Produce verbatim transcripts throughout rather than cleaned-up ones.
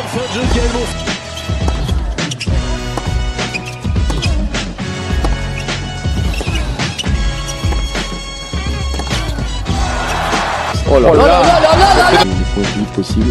fin de jeu de Gaël Monfils. Oh là là là là là là. Le point de vue possible.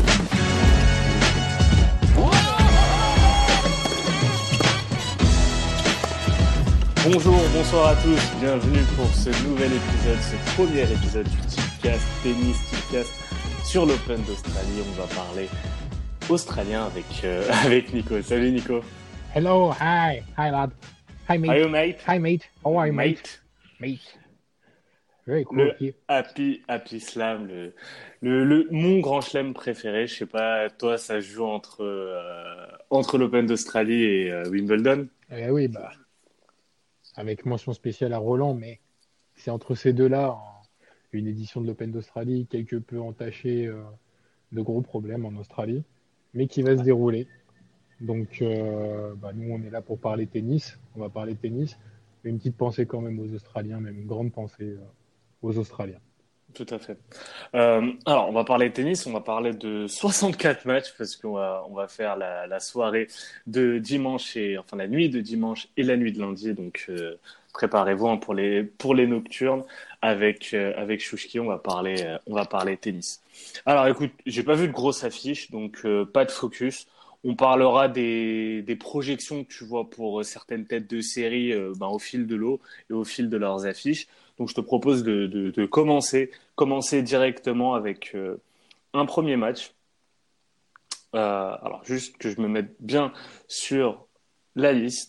Bonjour, bonsoir à tous, bienvenue pour ce nouvel épisode, ce premier épisode du Tipcast, Tennis Tipcast sur l'Open d'Australie. On va parler australien avec, euh, avec Nico. Salut Nico. Hello, hi, hi lad. Hi mate. How are you, mate? Hi mate. How are you mate? Mate. Very cool. Le here. Happy, Happy Slam, le, le, le, mon grand chelem préféré. Je sais pas, toi, ça se joue entre, euh, entre l'Open d'Australie et euh, Wimbledon. Eh oui, bah, avec mention spéciale à Roland, mais c'est entre ces deux-là, en- une édition de l'Open d'Australie quelque peu entachée euh, de gros problèmes en Australie, mais qui va se dérouler. Donc, euh, bah, nous, on est là pour parler tennis. On va parler tennis. Une petite pensée quand même aux Australiens, même une grande pensée euh, aux Australiens. Tout à fait. Euh, alors, on va parler de tennis, on va parler de soixante-quatre matchs parce qu'on va, on va faire la, la soirée de dimanche et enfin la nuit de dimanche et la nuit de lundi. Donc, euh, préparez-vous hein, pour les pour les nocturnes avec euh, avec Chouchki. On va parler euh, on va parler tennis. Alors, écoute, j'ai pas vu de grosse affiche, donc euh, pas de focus. On parlera des des projections que tu vois pour euh, certaines têtes de série euh, ben, au fil de l'eau et au fil de leurs affiches. Donc, je te propose de, de, de commencer, commencer directement avec euh, un premier match. Euh, alors, juste que je me mette bien sur la liste.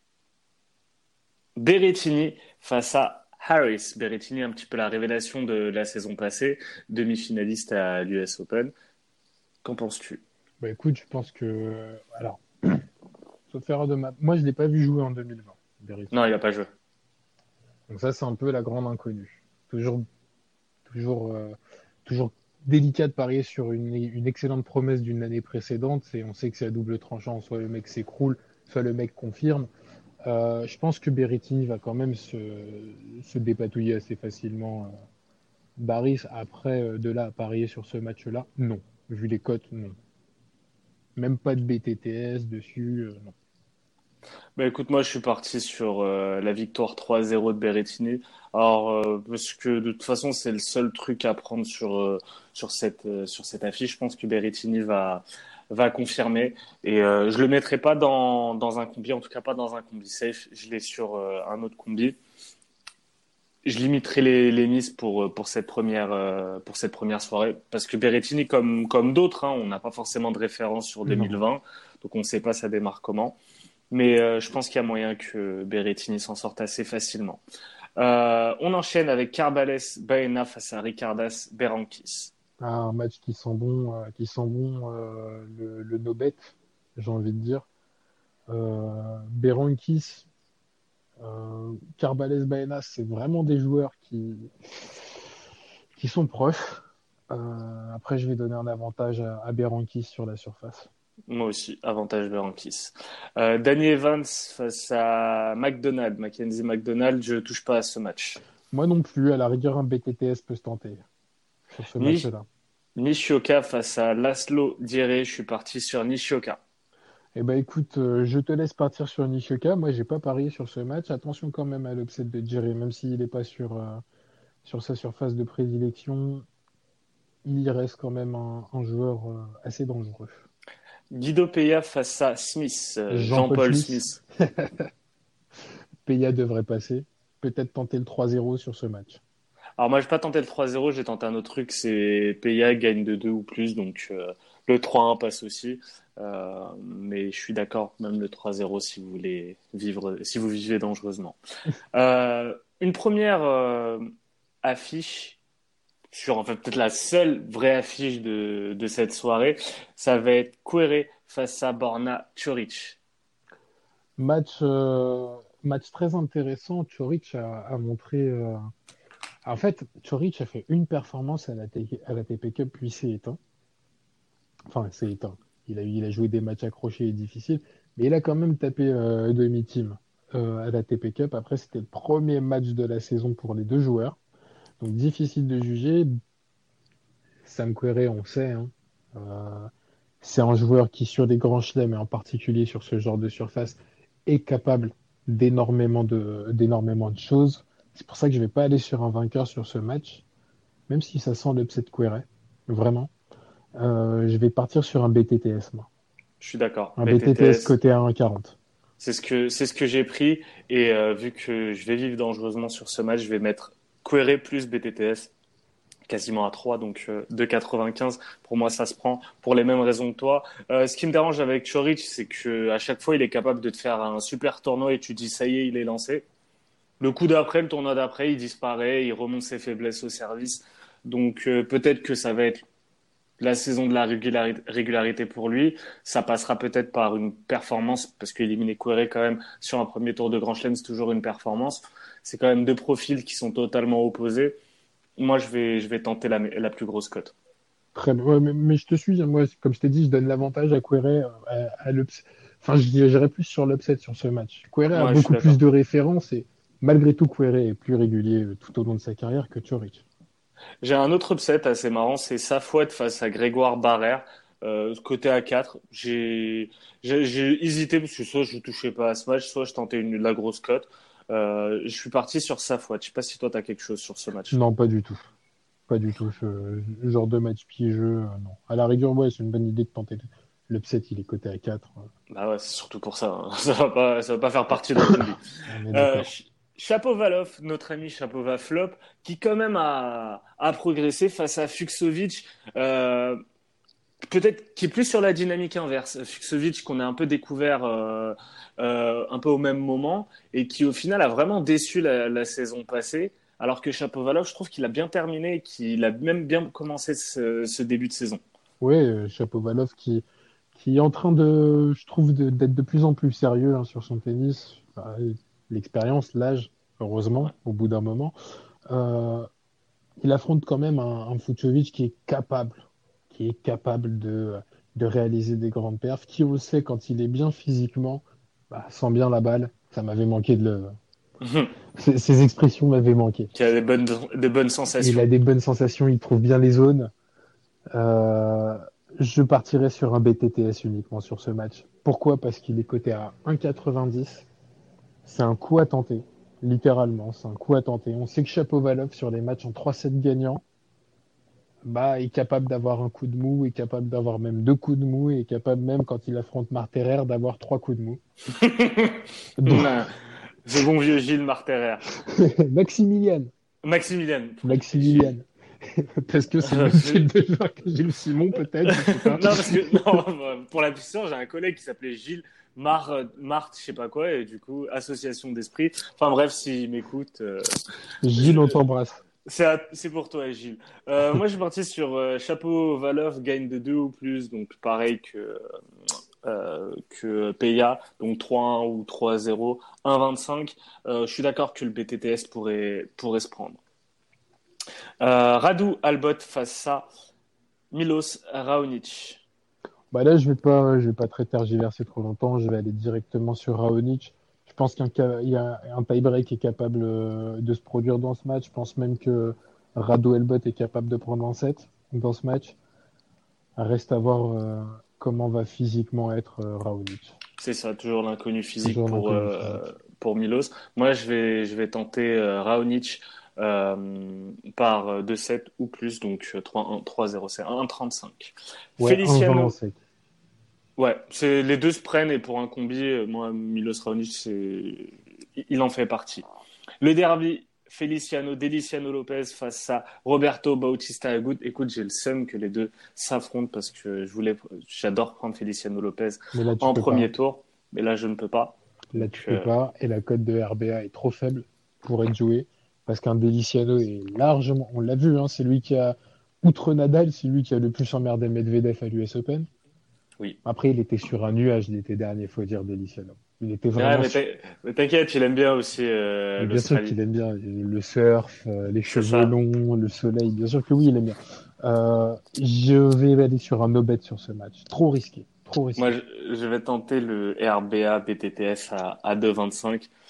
Berrettini face à Harris. Berrettini, un petit peu la révélation de la saison passée, demi-finaliste à l'U S Open. Qu'en penses-tu? Bah écoute, je pense que... Alors, sauf erreur de ma... Moi, je ne l'ai pas vu jouer en deux mille vingt, Berrettini. Non, il n'a pas joué. Donc ça, c'est un peu la grande inconnue. Toujours, toujours, euh, toujours délicat de parier sur une, une excellente promesse d'une année précédente. Et on sait que c'est à double tranchant. Soit le mec s'écroule, soit le mec confirme. Euh, je pense que Berrettini va quand même se, se dépatouiller assez facilement. euh, Barris, après, euh, de là à parier sur ce match-là, non. Vu les cotes, non. Même pas de B T T S dessus, euh, non. Bah écoute, moi je suis parti sur euh, la victoire trois zéro de Berrettini. Alors euh, parce que de toute façon c'est le seul truc à prendre sur euh, sur cette euh, sur cette affiche. Je pense que Berrettini va va confirmer et euh, je le mettrai pas dans dans un combi, en tout cas pas dans un combi safe. Je l'ai sur euh, un autre combi. Je limiterai les, les mises pour euh, pour cette première euh, pour cette première soirée parce que Berrettini comme comme d'autres, hein, on n'a pas forcément de référence sur Non. deux mille vingt, donc on ne sait pas ça démarre comment. Mais euh, je pense qu'il y a moyen que Berrettini s'en sorte assez facilement. Euh, on enchaîne avec Carbales Baena face à Ricardas Berankis. Un match qui sent bon, euh, qui sent bon euh, le, le no-bet, j'ai envie de dire. Euh, Berankis, euh, Carbales Baena, c'est vraiment des joueurs qui, qui sont proches. Euh, après, je vais donner un avantage à, à Berankis sur la surface. Moi aussi, avantage Berankis. Euh, Danny Evans face à McDonald, Mackenzie McDonald, je touche pas à ce match. Moi non plus, à la rigueur, un B T T S peut se tenter sur ce Ni- match-là. Nishioka face à Laszlo Djere, je suis parti sur Nishioka. Eh ben écoute, euh, je te laisse partir sur Nishioka. Moi, j'ai pas parié sur ce match. Attention quand même à l'upset de Jerry, même s'il n'est pas sur, euh, sur sa surface de prédilection, il y reste quand même un, un joueur euh, assez dangereux. Guido Pella face à Smith, euh, Jean-Paul Jean-Paul Smith, Smith. Peya devrait passer. Peut-être tenter le trois zéro sur ce match. Alors moi, je vais pas tenter le trois zéro, j'ai tenté un autre truc, c'est Paya gagne de deux ou plus, donc euh, le trois un passe aussi. Euh, mais je suis d'accord, même le trois zéro si vous voulez vivre, si vous vivez dangereusement. Euh, une première euh, affiche sur en fait peut-être la seule vraie affiche de, de cette soirée, ça va être Querrey face à Borna Coric. Match, euh, match très intéressant. Choric a, a montré. euh, En fait, Choric a fait une performance à la, T- à la T P Cup, puis s'est éteint. Enfin, c'est éteint. Il a, il a joué des matchs accrochés et difficiles, mais il a quand même tapé euh, demi-team euh, à la T P Cup. Après, c'était le premier match de la saison pour les deux joueurs. Donc, difficile de juger. Sam Querrey, on sait, hein, euh, c'est un joueur qui, sur des grands chelems, et en particulier sur ce genre de surface, est capable d'énormément de, d'énormément de choses. C'est pour ça que je vais pas aller sur un vainqueur sur ce match, même si ça sent l'upset Querrey, vraiment. Euh, je vais partir sur un B T T S, moi. Je suis d'accord. Un B T T S B T T S, côté à un virgule quarante. c'est ce que c'est ce que j'ai pris et euh, vu que je vais vivre dangereusement sur ce match, je vais mettre Querrey plus B T T S quasiment à trois, donc euh, deux virgule quatre-vingt-quinze. Pour moi, ça se prend pour les mêmes raisons que toi. Euh, ce qui me dérange avec Chorich, c'est que à chaque fois, il est capable de te faire un super tournoi et tu dis ça y est, il est lancé. Le coup d'après, le tournoi d'après, il disparaît, il remonte ses faiblesses au service. Donc euh, peut-être que ça va être la saison de la régulari- régularité pour lui. Ça passera peut-être par une performance, parce qu'éliminer Querrey quand même sur un premier tour de Grand Chelem, c'est toujours une performance. C'est quand même deux profils qui sont totalement opposés. Moi, je vais, je vais tenter la, la plus grosse cote. Très bien. Ouais, mais, mais je te suis, hein. Moi, comme je t'ai dit, je donne l'avantage à Querrey, euh, à, à l'upset. Enfin, je dirais plus sur l'upset sur ce match. Querrey a Ouais, je suis beaucoup plus d'accord. de références et malgré tout, Querrey est plus régulier euh, tout au long de sa carrière que Chorich. J'ai un autre upset assez marrant, c'est Safouette face à Grégoire Barrère, euh, côté à quatre. J'ai, j'ai, j'ai hésité parce que soit je touchais pas à ce match, soit je tentais une, la grosse cote. Euh, je suis parti sur Safouette. Je sais pas si toi tu as quelque chose sur ce match. Non, pas du tout. Pas du tout. Ce, ce genre de match piégeux, euh, non. À la rigueur, ouais, c'est une bonne idée de tenter l'upset. Il est coté à quatre. euh, Bah ouais, c'est surtout pour ça, hein. Ça va pas, ça va pas faire partie d'un combi. On est Euh, d'accord. Ch- Chapovalov, notre ami Chapovalov Flop, qui quand même a, a progressé face à Fuxovic. Euh, Peut-être qui est plus sur la dynamique inverse. Fuxovic qu'on a un peu découvert euh, euh, un peu au même moment et qui au final a vraiment déçu la, la saison passée. Alors que Chapovalov, je trouve qu'il a bien terminé et qu'il a même bien commencé ce, ce début de saison. Ouais, euh, Shapovalov qui, qui est en train de, je trouve, de- d'être de plus en plus sérieux hein, sur son tennis. Enfin, l'expérience, l'âge, Ouais. heureusement, au bout d'un moment. Euh, il affronte quand même un, un Fucsovics qui est capable, qui est capable de, de réaliser des grandes perfs, qui, on le sait, quand il est bien physiquement, bah, sent bien la balle. Ça m'avait manqué de le... Ces, ces expressions m'avaient manqué. Qui a des bonnes, des bonnes Il a sensations. des bonnes sensations, il trouve bien les zones. Euh, je partirai sur un B T T S uniquement sur ce match. Pourquoi? Parce qu'il est coté à un virgule quatre-vingt-dix. C'est un coup à tenter, littéralement. C'est un coup à tenter. On sait que Chapovalov, sur les matchs en trois sept gagnants, bah, est capable d'avoir un coup de mou, est capable d'avoir même deux coups de mou, et est capable même, quand il affronte Marterer, d'avoir trois coups de mou. Donc, Non, ce bon vieux Gilles Marterer. Maximilian, Maximilian. Gilles. Maximilian. Parce que c'est le même type de joueur que Gilles Simon, peut-être, je sais pas. Non, parce que non, pour la puissance, j'ai un collègue qui s'appelait Gilles Mar, Marthe, je sais pas quoi, et du coup, association d'esprit. Enfin bref, s'il m'écoute, euh, Gilles, on je- t'embrasse. c'est à- c'est pour toi, Gilles. Euh, moi, je suis parti sur euh, Chapeau Valov, gagne de deux ou plus, donc pareil que, euh, que Peya, donc trois un ou trois zéro, un vingt-cinq. Euh, je suis d'accord que le B T T S pourrait, pourrait se prendre. Euh, Radu Albot face à Milos Raonic. Bah là, je vais pas, je vais pas très tergiverser trop longtemps. Je vais aller directement sur Raonic. Je pense qu'un ca- il y a un tie-break est capable euh, de se produire dans ce match. Je pense même que Rado Elbot est capable de prendre un set dans ce match. Reste à voir euh, comment va physiquement être euh, Raonic. C'est ça, toujours l'inconnu physique Toujours pour, l'inconnu euh, physique. pour Milos. Moi, je vais, je vais tenter euh, Raonic euh, par deux sept ou plus, donc euh, trois un, trois zéro, c'est un trente-cinq. Ouais, un vingt en Feliciano, sec. ouais, c'est, les deux se prennent et pour un combi, euh, moi, Milos Raonic, c'est, il en fait partie. Le derby, Feliciano Deliciano Lopez face à Roberto Bautista Agut. Écoute, j'ai le seum que les deux s'affrontent parce que je voulais, j'adore prendre Feliciano Lopez Mais là, tu en peux pas. premier tour, mais là, je ne peux pas. Là, tu Donc, peux euh, pas. Et la cote de R B A est trop faible pour être jouée. Parce qu'un Deliciano est largement, on l'a vu, hein, c'est lui qui a, outre Nadal, c'est lui qui a le plus emmerdé Medvedev à l'U S Open. oui. Après, il était sur un nuage l'été dernier, faut dire, Deliciano. Il était Ouais, vraiment mais sur... t'in- mais t'inquiète, il aime bien aussi euh, Mais bien sûr l'Australie. qu'il aime bien le surf, euh, les C'est cheveux ça. longs, le soleil. Bien sûr que oui, il aime bien. Euh, je vais aller sur un no-bet sur ce match. Trop risqué. Trop Moi, risqué. je, je vais tenter le R B A B T T S à, à deux vingt-cinq.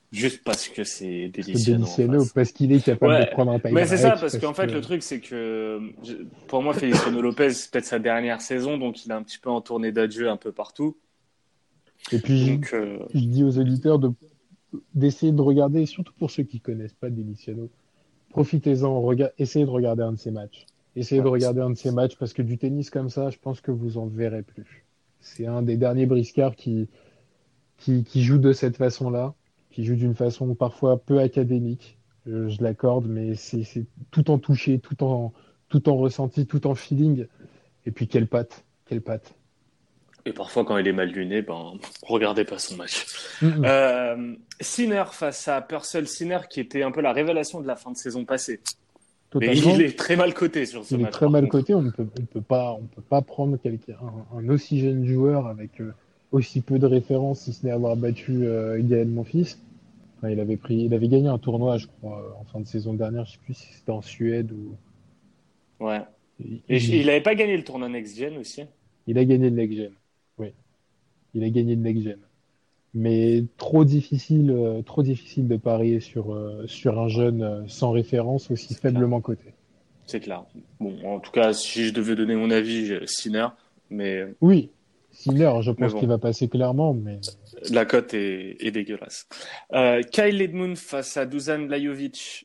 juste parce que c'est Parce que Deliciano en Deliciano, face. parce qu'il est capable de Ouais, prendre un mais c'est ça, tie-break, parce parce qu'en fait, que... le truc, c'est que je- pour moi, Feliciano Lopez, c'est peut-être sa dernière saison, donc il est un petit peu en tournée d'adieu un peu partout. Et puis, Donc, euh, je, je dis aux auditeurs de, d'essayer de regarder, surtout pour ceux qui connaissent pas Deliciano, profitez-en, rega- essayez de regarder un de ces matchs. Essayez de ouais, regarder un de ces matchs, parce que du tennis comme ça, je pense que vous en verrez plus. C'est un des derniers briscards qui, qui, qui joue de cette façon-là, qui joue d'une façon parfois peu académique, je, je l'accorde, mais c'est c'est tout en toucher, tout en, tout en ressenti, tout en feeling. Et puis quelle patte, quelle patte. et parfois, quand il est mal luné, ben, regardez pas son match. Mm-mm. Euh, Sinner face à Purcell Sinner, qui était un peu la révélation de la fin de saison passée. Mais il Totalement. est très mal coté sur ce Il est match, très par mal contre. coté. On ne peut, on peut pas, on peut pas prendre quelqu'un, un, un aussi jeune joueur avec euh, aussi peu de références, si ce n'est avoir battu euh, Gaël Monfils. Enfin, il avait pris, il avait gagné un tournoi, je crois, euh, en fin de saison dernière. Je sais plus si c'était en Suède ou. Ouais. Il, Et je- il il- avait pas gagné le tournoi Next Gen aussi. il a gagné le Next Gen. Oui, il a gagné le Next Gen. Mais trop difficile, euh, trop difficile de parier sur, euh, sur un jeune euh, sans référence aussi C'est clair. faiblement coté. C'est clair. Bon, en tout cas, si je devais donner mon avis, je- Sinner. Mais, Oui, Sinner, je mais pense qu'il bon, va passer clairement, mais la cote est, est dégueulasse. Euh, Kyle Edmund face à Dusan Lajovic.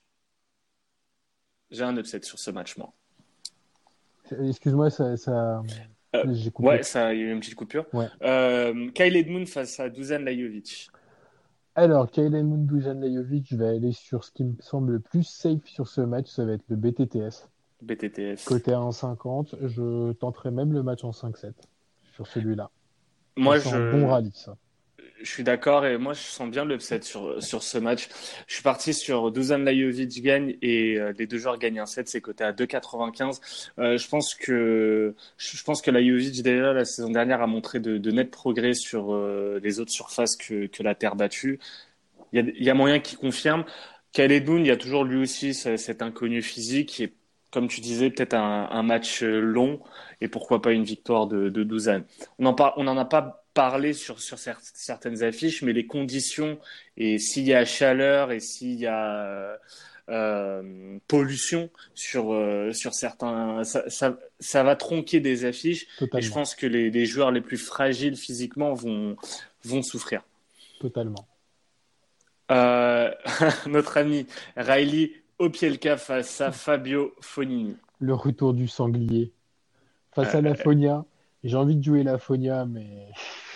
J'ai un upset sur ce match, moi. excuse-moi, ça, ça, Euh, j'ai coupé. ouais, ça, il y a eu une petite coupure. Ouais. Euh, Kyle Edmund face à Dusan Lajovic. Alors, Kaylen Mundujan Lajovic, je vais aller sur ce qui me semble le plus safe sur ce match, ça va être le B T T S. B T T S. Côté à un virgule cinquante, je tenterai même le match en cinq sept sur celui-là. Ça Moi, sent un bon je, rallye, ça. je suis d'accord et moi, je sens bien l'upset sur, sur ce match. Je suis parti sur Dusan Lajovic gagne et euh, les deux joueurs gagnent un set, c'est coté à deux virgule quatre-vingt-quinze. Euh, je pense que, je pense que Lajovic, déjà, la saison dernière, a montré de, de nets progrès sur euh, les autres surfaces que, que la terre battue. Il y a, il y a moyen qu'il confirme. Khaled Boone, il y a toujours lui aussi ce- cet inconnu physique et, comme tu disais, peut-être un, un match euh, long et pourquoi pas une victoire de, de Douzane. On en par- on n'en a pas parlé sur, sur cer- certaines affiches, mais les conditions et s'il y a chaleur et s'il y a euh, euh, pollution sur, euh, sur certains, ça, ça, ça va tronquer des affiches et je Totalement. pense que les, les joueurs les plus fragiles physiquement vont, vont souffrir. Totalement. Euh, notre ami Riley Opielka face à Fabio Fognini. Le retour du sanglier. Face à la Euh, Fonia, j'ai envie de jouer la Fonia, mais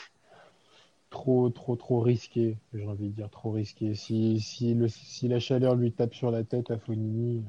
trop, trop, trop risqué. J'ai envie de dire trop risqué. Si, si, le, si la chaleur lui tape sur la tête à Fonini,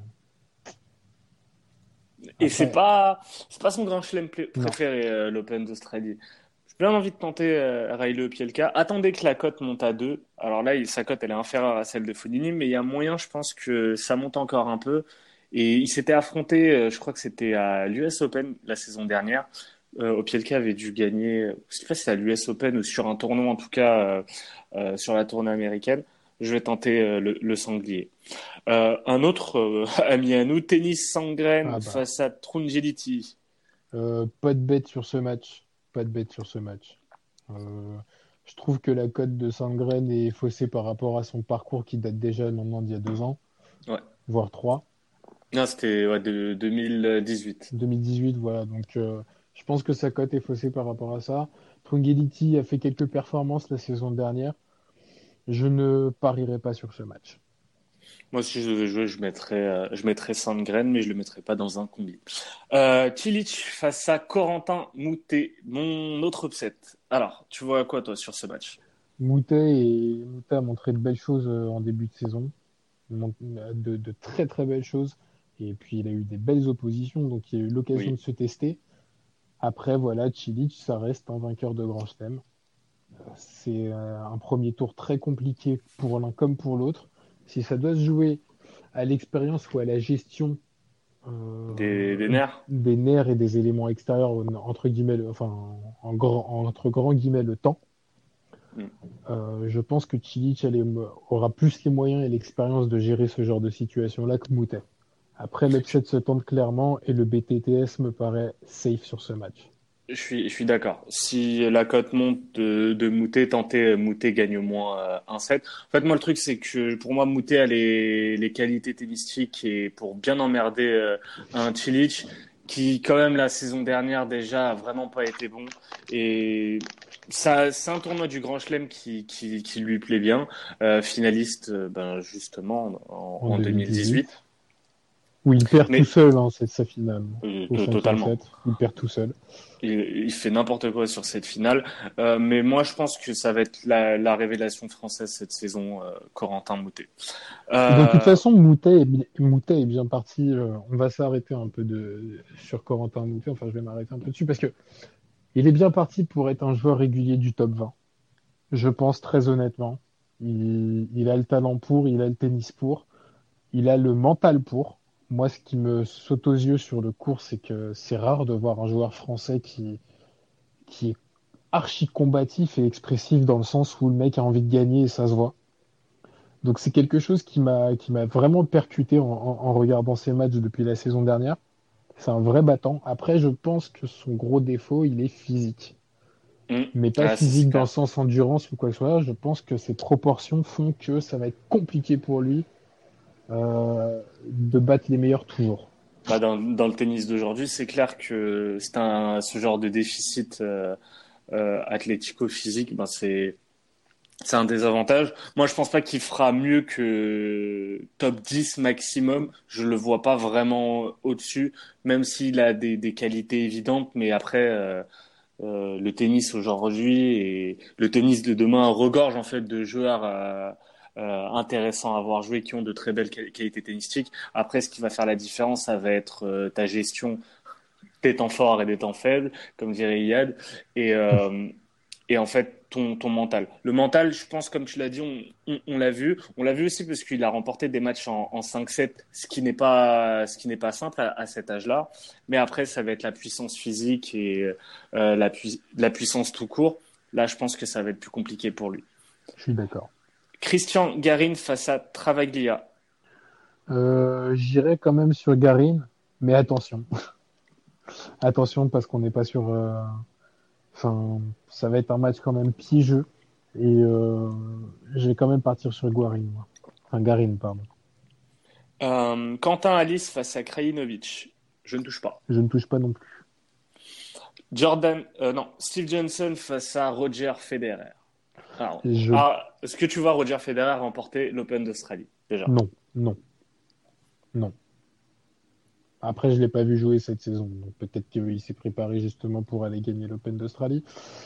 et c'est après, pas, c'est pas son grand chelem pl- non. préféré, euh, l'Open d'Australie. J'ai bien envie de tenter euh, Riley Opielka. Attendez que la cote monte à deux. Alors là, il- sa cote, elle est inférieure à celle de Fognini, mais il y a moyen, je pense, que ça monte encore un peu. Et il s'était affronté, euh, je crois que c'était à l'U S Open la saison dernière. Euh, Opielka avait dû gagner, je sais pas si c'est à l'U S Open ou sur un tournoi, en tout cas, euh, euh, sur la tournée américaine. Je vais tenter euh, le, le sanglier. Euh, un autre euh, ami à nous, Tennis Sangren Ah bah, face à Trungeliti. euh, pas de bête sur ce match. Pas de bête sur ce match. Euh, je trouve que la cote de Sandgren est faussée par rapport à son parcours qui date déjà maintenant d'il y a deux ans, Ouais. voire trois. Non, c'était ouais, de deux mille dix-huit. deux mille dix-huit, voilà. Donc, euh, je pense que sa cote est faussée par rapport à ça. Trungeliti a fait quelques performances la saison dernière. Je ne parierai pas sur ce match. Moi, si je devais jouer, je mettrais, euh, je mettrais Sandgren, mais je le mettrais pas dans un combi. Euh, Cilic face à Corentin Moutet, mon autre upset. Alors, tu vois quoi, toi, sur ce match? Moutet, et... Moutet a montré de belles choses euh, en début de saison. Mon- De, de très très belles choses. Et puis il a eu des belles oppositions, donc il a eu l'occasion de Oui. se tester. Après, voilà, Cilic, ça reste un vainqueur de Grand Chelem. C'est euh, un premier tour très compliqué pour l'un comme pour l'autre. Si ça doit se jouer à l'expérience ou à la gestion Des, des euh, nerfs? des nerfs et des éléments extérieurs, entre guillemets, le- enfin, en grand, entre grands guillemets, le temps, Hmm. euh, je pense que Cilic elle est- aura plus les moyens et l'expérience de gérer ce genre de situation-là que Moutet. Après, l'upset se tente clairement et le B T T S me paraît safe sur ce match. Je suis, je suis d'accord. Si la cote monte de, de Moutet, tenter Moutet gagne au moins euh, un set. En fait, moi, le truc, c'est que pour moi, Moutet a les, les qualités tennistiques et pour bien emmerder euh, un Cilic qui, quand même, la saison dernière déjà, a vraiment pas été bon. Et ça, c'est un tournoi du Grand Chelem qui, qui, qui lui plaît bien. Euh, finaliste, euh, ben, justement, en, En en deux mille dix-huit. deux mille dix-huit. Où il perd tout Mais seul, hein, c'est sa finale. euh, Au cinquième totalement. set, il perd tout seul. Il, il fait n'importe quoi sur cette finale. Euh, mais moi, je pense que ça va être la, la révélation française cette saison, euh, Corentin Moutet. De toute Euh, façon, Moutet est, bi- Moutet est bien parti. euh, on va s'arrêter un peu de, sur Corentin Moutet. Enfin, je vais m'arrêter un peu dessus parce que il est bien parti pour être un joueur régulier du top vingt. Je pense très honnêtement. Il, il a le talent pour, il a le tennis pour, il a le mental pour. Moi, ce qui me saute aux yeux sur le court, c'est que c'est rare de voir un joueur français qui, qui est archi combatif et expressif dans le sens où le mec a envie de gagner et ça se voit. Donc c'est quelque chose qui m'a qui m'a vraiment percuté en, en- en regardant ces matchs depuis la saison dernière. C'est un vrai battant. Après, je pense que son gros défaut, il est physique. hum, Mais pas ah, ça, c'est physique dans le clair. sens endurance ou quoi que ce soit. Je pense que ses proportions font que ça va être compliqué pour lui euh, de battre les meilleurs toujours. Bah, dans, dans le tennis d'aujourd'hui, c'est clair que c'est un, ce genre de déficit euh, euh, athlético-physique, ben c'est, c'est un désavantage. Moi, je pense pas qu'il fera mieux que top dix maximum. Je le vois pas vraiment au-dessus, même s'il a des, des qualités évidentes. Mais après, euh, Euh, le tennis aujourd'hui et le tennis de demain regorge en fait de joueurs euh, euh, intéressants à voir jouer qui ont de très belles quali- qualités tennistiques. Après, ce qui va faire la différence, ça va être euh, ta gestion des temps forts et des temps faibles, comme dirait Iyad, et euh, et en fait ton ton mental. Le mental, je pense, comme tu l'as dit, on, on, on l'a vu, on l'a vu aussi parce qu'il a remporté des matchs en, en cinq sept, ce qui n'est pas ce qui n'est pas simple à, à cet âge-là. Mais après, ça va être la puissance physique et euh, la pui- la puissance tout court. Là, je pense que ça va être plus compliqué pour lui. Je suis d'accord. Christian Garin face à Travaglia. Euh, j'irai quand même sur Garin, mais attention. Attention parce qu'on n'est pas sur. euh, Enfin, ça va être un match quand même piégeux. Et euh, je vais quand même partir sur Guarin, moi. Enfin, Garin, pardon. Euh, Quentin Alice face à Krajinovic. Je ne touche pas. Je ne touche pas non plus. Jordan, euh, non, Steve Johnson face à Roger Federer. Alors, Je... ah, est-ce que tu vois Roger Federer remporter l'Open d'Australie déjà? Non, non, non. Après, je l'ai pas vu jouer cette saison. Donc peut-être qu'il s'est préparé justement pour aller gagner l'Open d'Australie.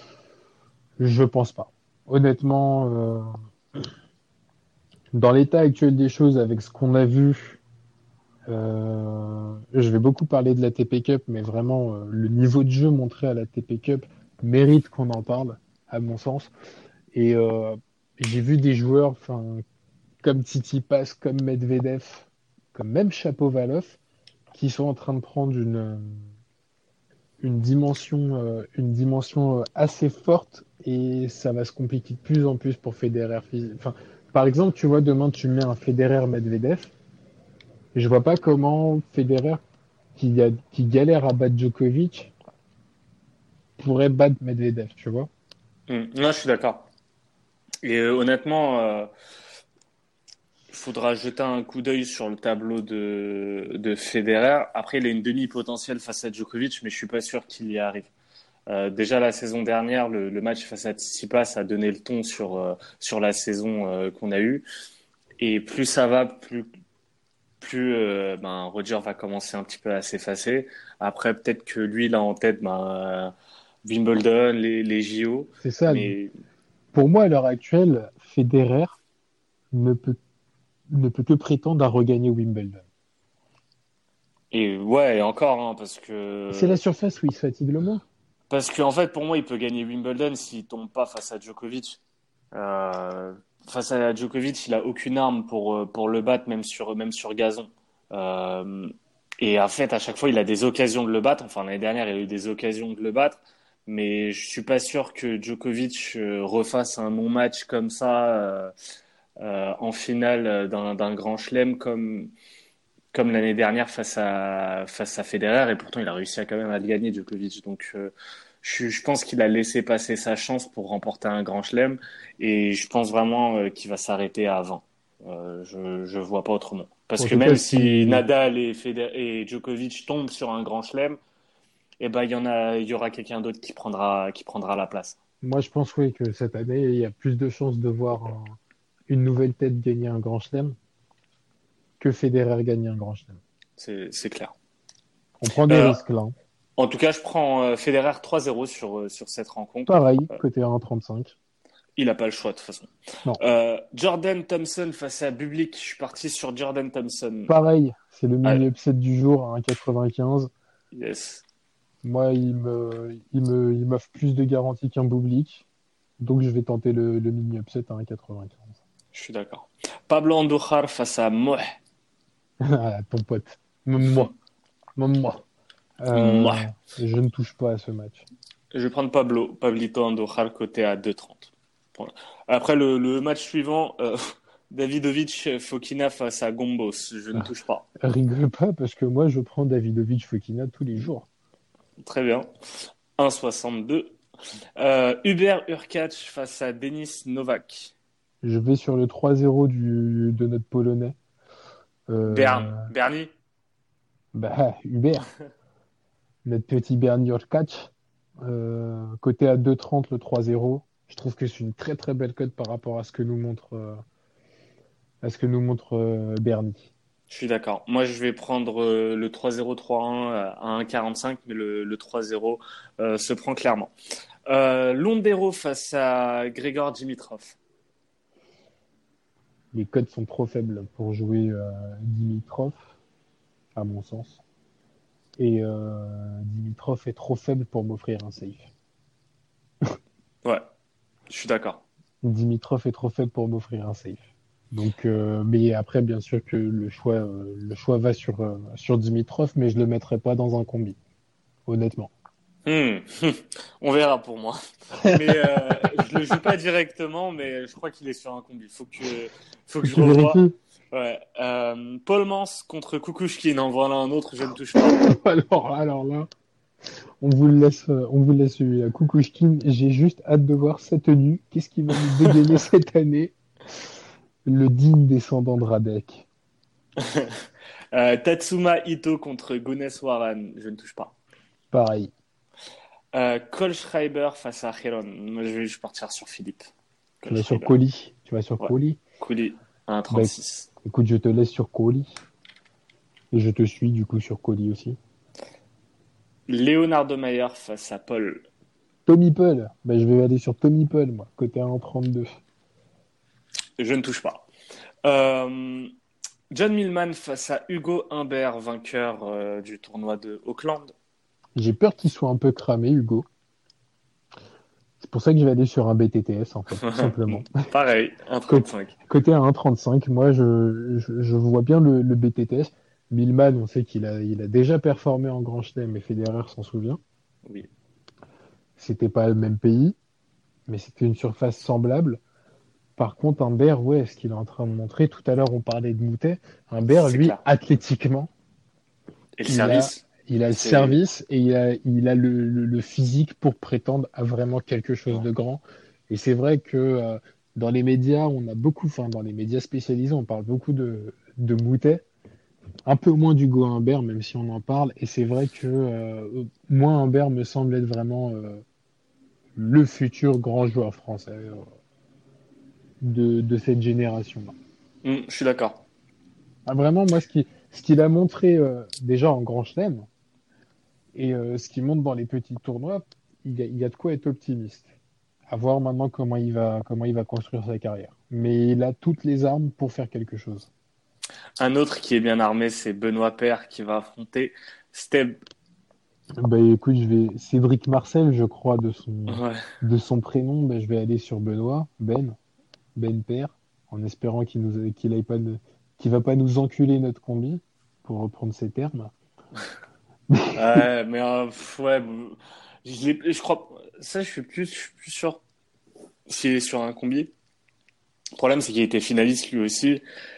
Je pense pas. Honnêtement, euh, dans l'état actuel des choses, avec ce qu'on a vu, euh, je vais beaucoup parler de la T P Cup, mais vraiment, euh, le niveau de jeu montré à la T P Cup mérite qu'on en parle, à mon sens. Et euh, j'ai vu des joueurs, enfin, comme Tsitsipas, comme Medvedev, comme même Chapovalov, qui sont en train de prendre une, une dimension, euh, une dimension euh, assez forte et ça va se compliquer de plus en plus pour Federer. Enfin, par exemple, tu vois, demain tu mets un Federer Medvedev, et je vois pas comment Federer, qui, a, qui galère à battre Djokovic, pourrait battre Medvedev, tu vois. Hmm. Non, je suis d'accord. Et euh, honnêtement, euh, il faudra jeter un coup d'œil sur le tableau de, de Federer. Après, il a une demi-potentielle face à Djokovic, mais je suis pas sûr qu'il y arrive. Euh, déjà la saison dernière, le, le match face à Tsitsipas a donné le ton sur euh, sur la saison euh, qu'on a eue. Et plus ça va, plus plus euh, ben Roger va commencer un petit peu à s'effacer. Après, peut-être que lui, il a en tête ben, euh, Wimbledon, les, les J O, C'est ça. mais Pour moi, à l'heure actuelle, Federer ne peut, ne peut que prétendre à regagner Wimbledon. et ouais, et encore, hein, parce C'est la que surface où il se fatigue le moins. parce qu'en fait, pour moi, il peut gagner Wimbledon s'il tombe pas face à Djokovic. Euh, face à Djokovic, il a aucune arme pour euh, pour le battre, même sur même sur gazon. Euh, et en fait, à chaque fois, il a des occasions de le battre. Enfin, l'année dernière, il a eu des occasions de le battre, mais je suis pas sûr que Djokovic euh, refasse un non-match comme ça euh, euh, en finale euh, d'un d'un grand chelem comme comme l'année dernière face à face à Federer. Et pourtant, il a réussi à quand même à le gagner, Djokovic. Donc, euh, je, je pense qu'il a laissé passer sa chance pour remporter un grand chelem et je pense vraiment euh, qu'il va s'arrêter à vingt. Euh, je je vois pas autrement. Parce En que tout cas, même si si, Nadal et, Feder- et Djokovic tombent sur un grand chelem, eh ben il y en a, il y aura quelqu'un d'autre qui prendra qui prendra la place. moi, je pense oui, que cette année, il y a plus de chances de voir un- une nouvelle tête gagner un grand chelem que Federer gagner un grand chelem. C'est c'est clair. On prend des Euh, risques là, hein. En tout cas, je prends euh, Federer trois zéro sur euh, sur cette rencontre. Pareil, côté un virgule trente-cinq. Il n'a pas le choix de toute façon. Non, Euh, Jordan Thompson face à Bublik. Je suis parti sur Jordan Thompson. pareil, c'est le Ah, mini upset du jour à un virgule quatre-vingt-quinze. yes, Moi, il me, il me, il m'offre plus de garantie qu'un Bublik. Donc, je vais tenter le, le mini upset à un virgule quatre-vingt-quinze. je suis d'accord. Pablo Andujar face à Moh. Ah, ton pote. Même moi. Même moi. Moh. Euh, je ne touche pas à ce match. Je vais prendre Pablo, Pablito Andujar côté à deux trente. Voilà. Après le, le match suivant, euh, Davidovic Fokina face à Gombos. Je ne Ah, touche pas. rigole pas parce que moi, je prends Davidovic Fokina tous les jours. Très bien. un virgule soixante-deux. Euh, Hubert Hurkacz face à Denis Novak. Je vais sur le trois zéro du, de notre Polonais. Bern, Euh, Bernie. bah, Hubert, notre petit Bernie Hurkacz. Euh, côté à deux trente, le trois zéro. Je trouve que c'est une très très belle cote par rapport à ce que nous montre, euh, à ce que nous montre euh, Bernie. Je suis d'accord. Moi, je vais prendre euh, le trois zéro trois un à un virgule quarante-cinq, mais le, le trois zéro euh, se prend clairement. Euh, Londero face à Grégor Dimitrov. Les cotes sont trop faibles pour jouer euh, Dimitrov, à mon sens. Et euh, Dimitrov est trop faible pour m'offrir un safe. Ouais, je suis d'accord. Dimitrov est trop faible pour m'offrir un safe. Donc, euh, mais après, bien sûr que le choix, euh, le choix va sur, euh, sur Dimitrov, mais je le mettrai pas dans un combi, honnêtement. Hmm. On verra pour moi. Mais euh, je le joue pas directement, mais je crois qu'il est sur un combi. Faut que, faut que je Tu revoie. vérifies? Ouais. Euh, Paul Mans contre Kukushkin. En voilà un autre, je ne touche pas. Alors, alors là, on vous le laisse, euh, on vous le laisse celui-là. Kukushkin, j'ai juste hâte de voir sa tenue. Qu'est-ce qu'il va nous dégainer cette année? Le digne descendant de Radek. Euh, Tatsuma Ito contre Gunes Waran. Je ne touche pas. Pareil. Euh, Cole Schreiber face à Heron. Moi, je vais juste partir sur Philippe. Tu Cole vas sur Schreiber. Colis. Tu vas sur Ouais. Colis. Couli, un Bah, trente-six. écoute, je te laisse sur Colis. Et je te suis du coup sur Colis aussi. Leonardo Mayer face à Paul. Tommy Paul. Bah, je vais aller sur Tommy Paul, moi, côté un virgule trente-deux. Je ne touche pas. Euh, John Millman face à Hugo Humbert, vainqueur euh, du tournoi de Auckland. J'ai peur qu'il soit un peu cramé, Hugo. C'est pour ça que je vais aller sur un B T T S, en fait, tout simplement. Pareil, un Côté, trente-cinq. côté à un virgule trente-cinq, moi, je, je, je vois bien le, le B T T S. Millman, on sait qu'il a, il a déjà performé en Grand Chelem et Federer s'en souvient. Oui. C'était pas le même pays, mais c'était une surface semblable. Par contre, Humbert, ouais, ce qu'il est en train de montrer, tout à l'heure, on parlait de Moutet. Humbert, C'est lui, clair. athlétiquement, Et le il a, service, il a le c'est service et il a, il a le, le- le physique pour prétendre à vraiment quelque chose de grand. Et c'est vrai que euh, dans les médias, on a beaucoup, enfin, dans les médias spécialisés, on parle beaucoup de, de Moutet, un peu moins d'Hugo Humbert, même si on en parle. Et c'est vrai que euh, moi, Humbert me semble être vraiment euh, le futur grand joueur français euh, de, de cette génération-là. Hmm, je suis d'accord. Ah, vraiment, moi, ce qui, ce qu'il a montré euh, déjà en Grand Chelem et euh, ce qu'il montre dans les petits tournois, il y a, il y a de quoi être optimiste. À voir maintenant comment il va, comment il va construire sa carrière. Mais il a toutes les armes pour faire quelque chose. Un autre qui est bien armé, c'est Benoît Paire qui va affronter Steb. Bah, écoute, je vais Cédric Marcel, je crois, de son, Ouais. de son prénom. Bah, je vais aller sur Benoît, Ben, Ben Père, en espérant qu'il nous, qu'il aille pas, de- qu'il va pas nous enculer notre combi, pour reprendre ses termes. Ouais, mais euh, pff, ouais, bon, je, l'ai- je crois. Ça, je suis plus, je suis plus sûr s'il est sur un combi. Le problème, c'est qu'il était finaliste lui aussi.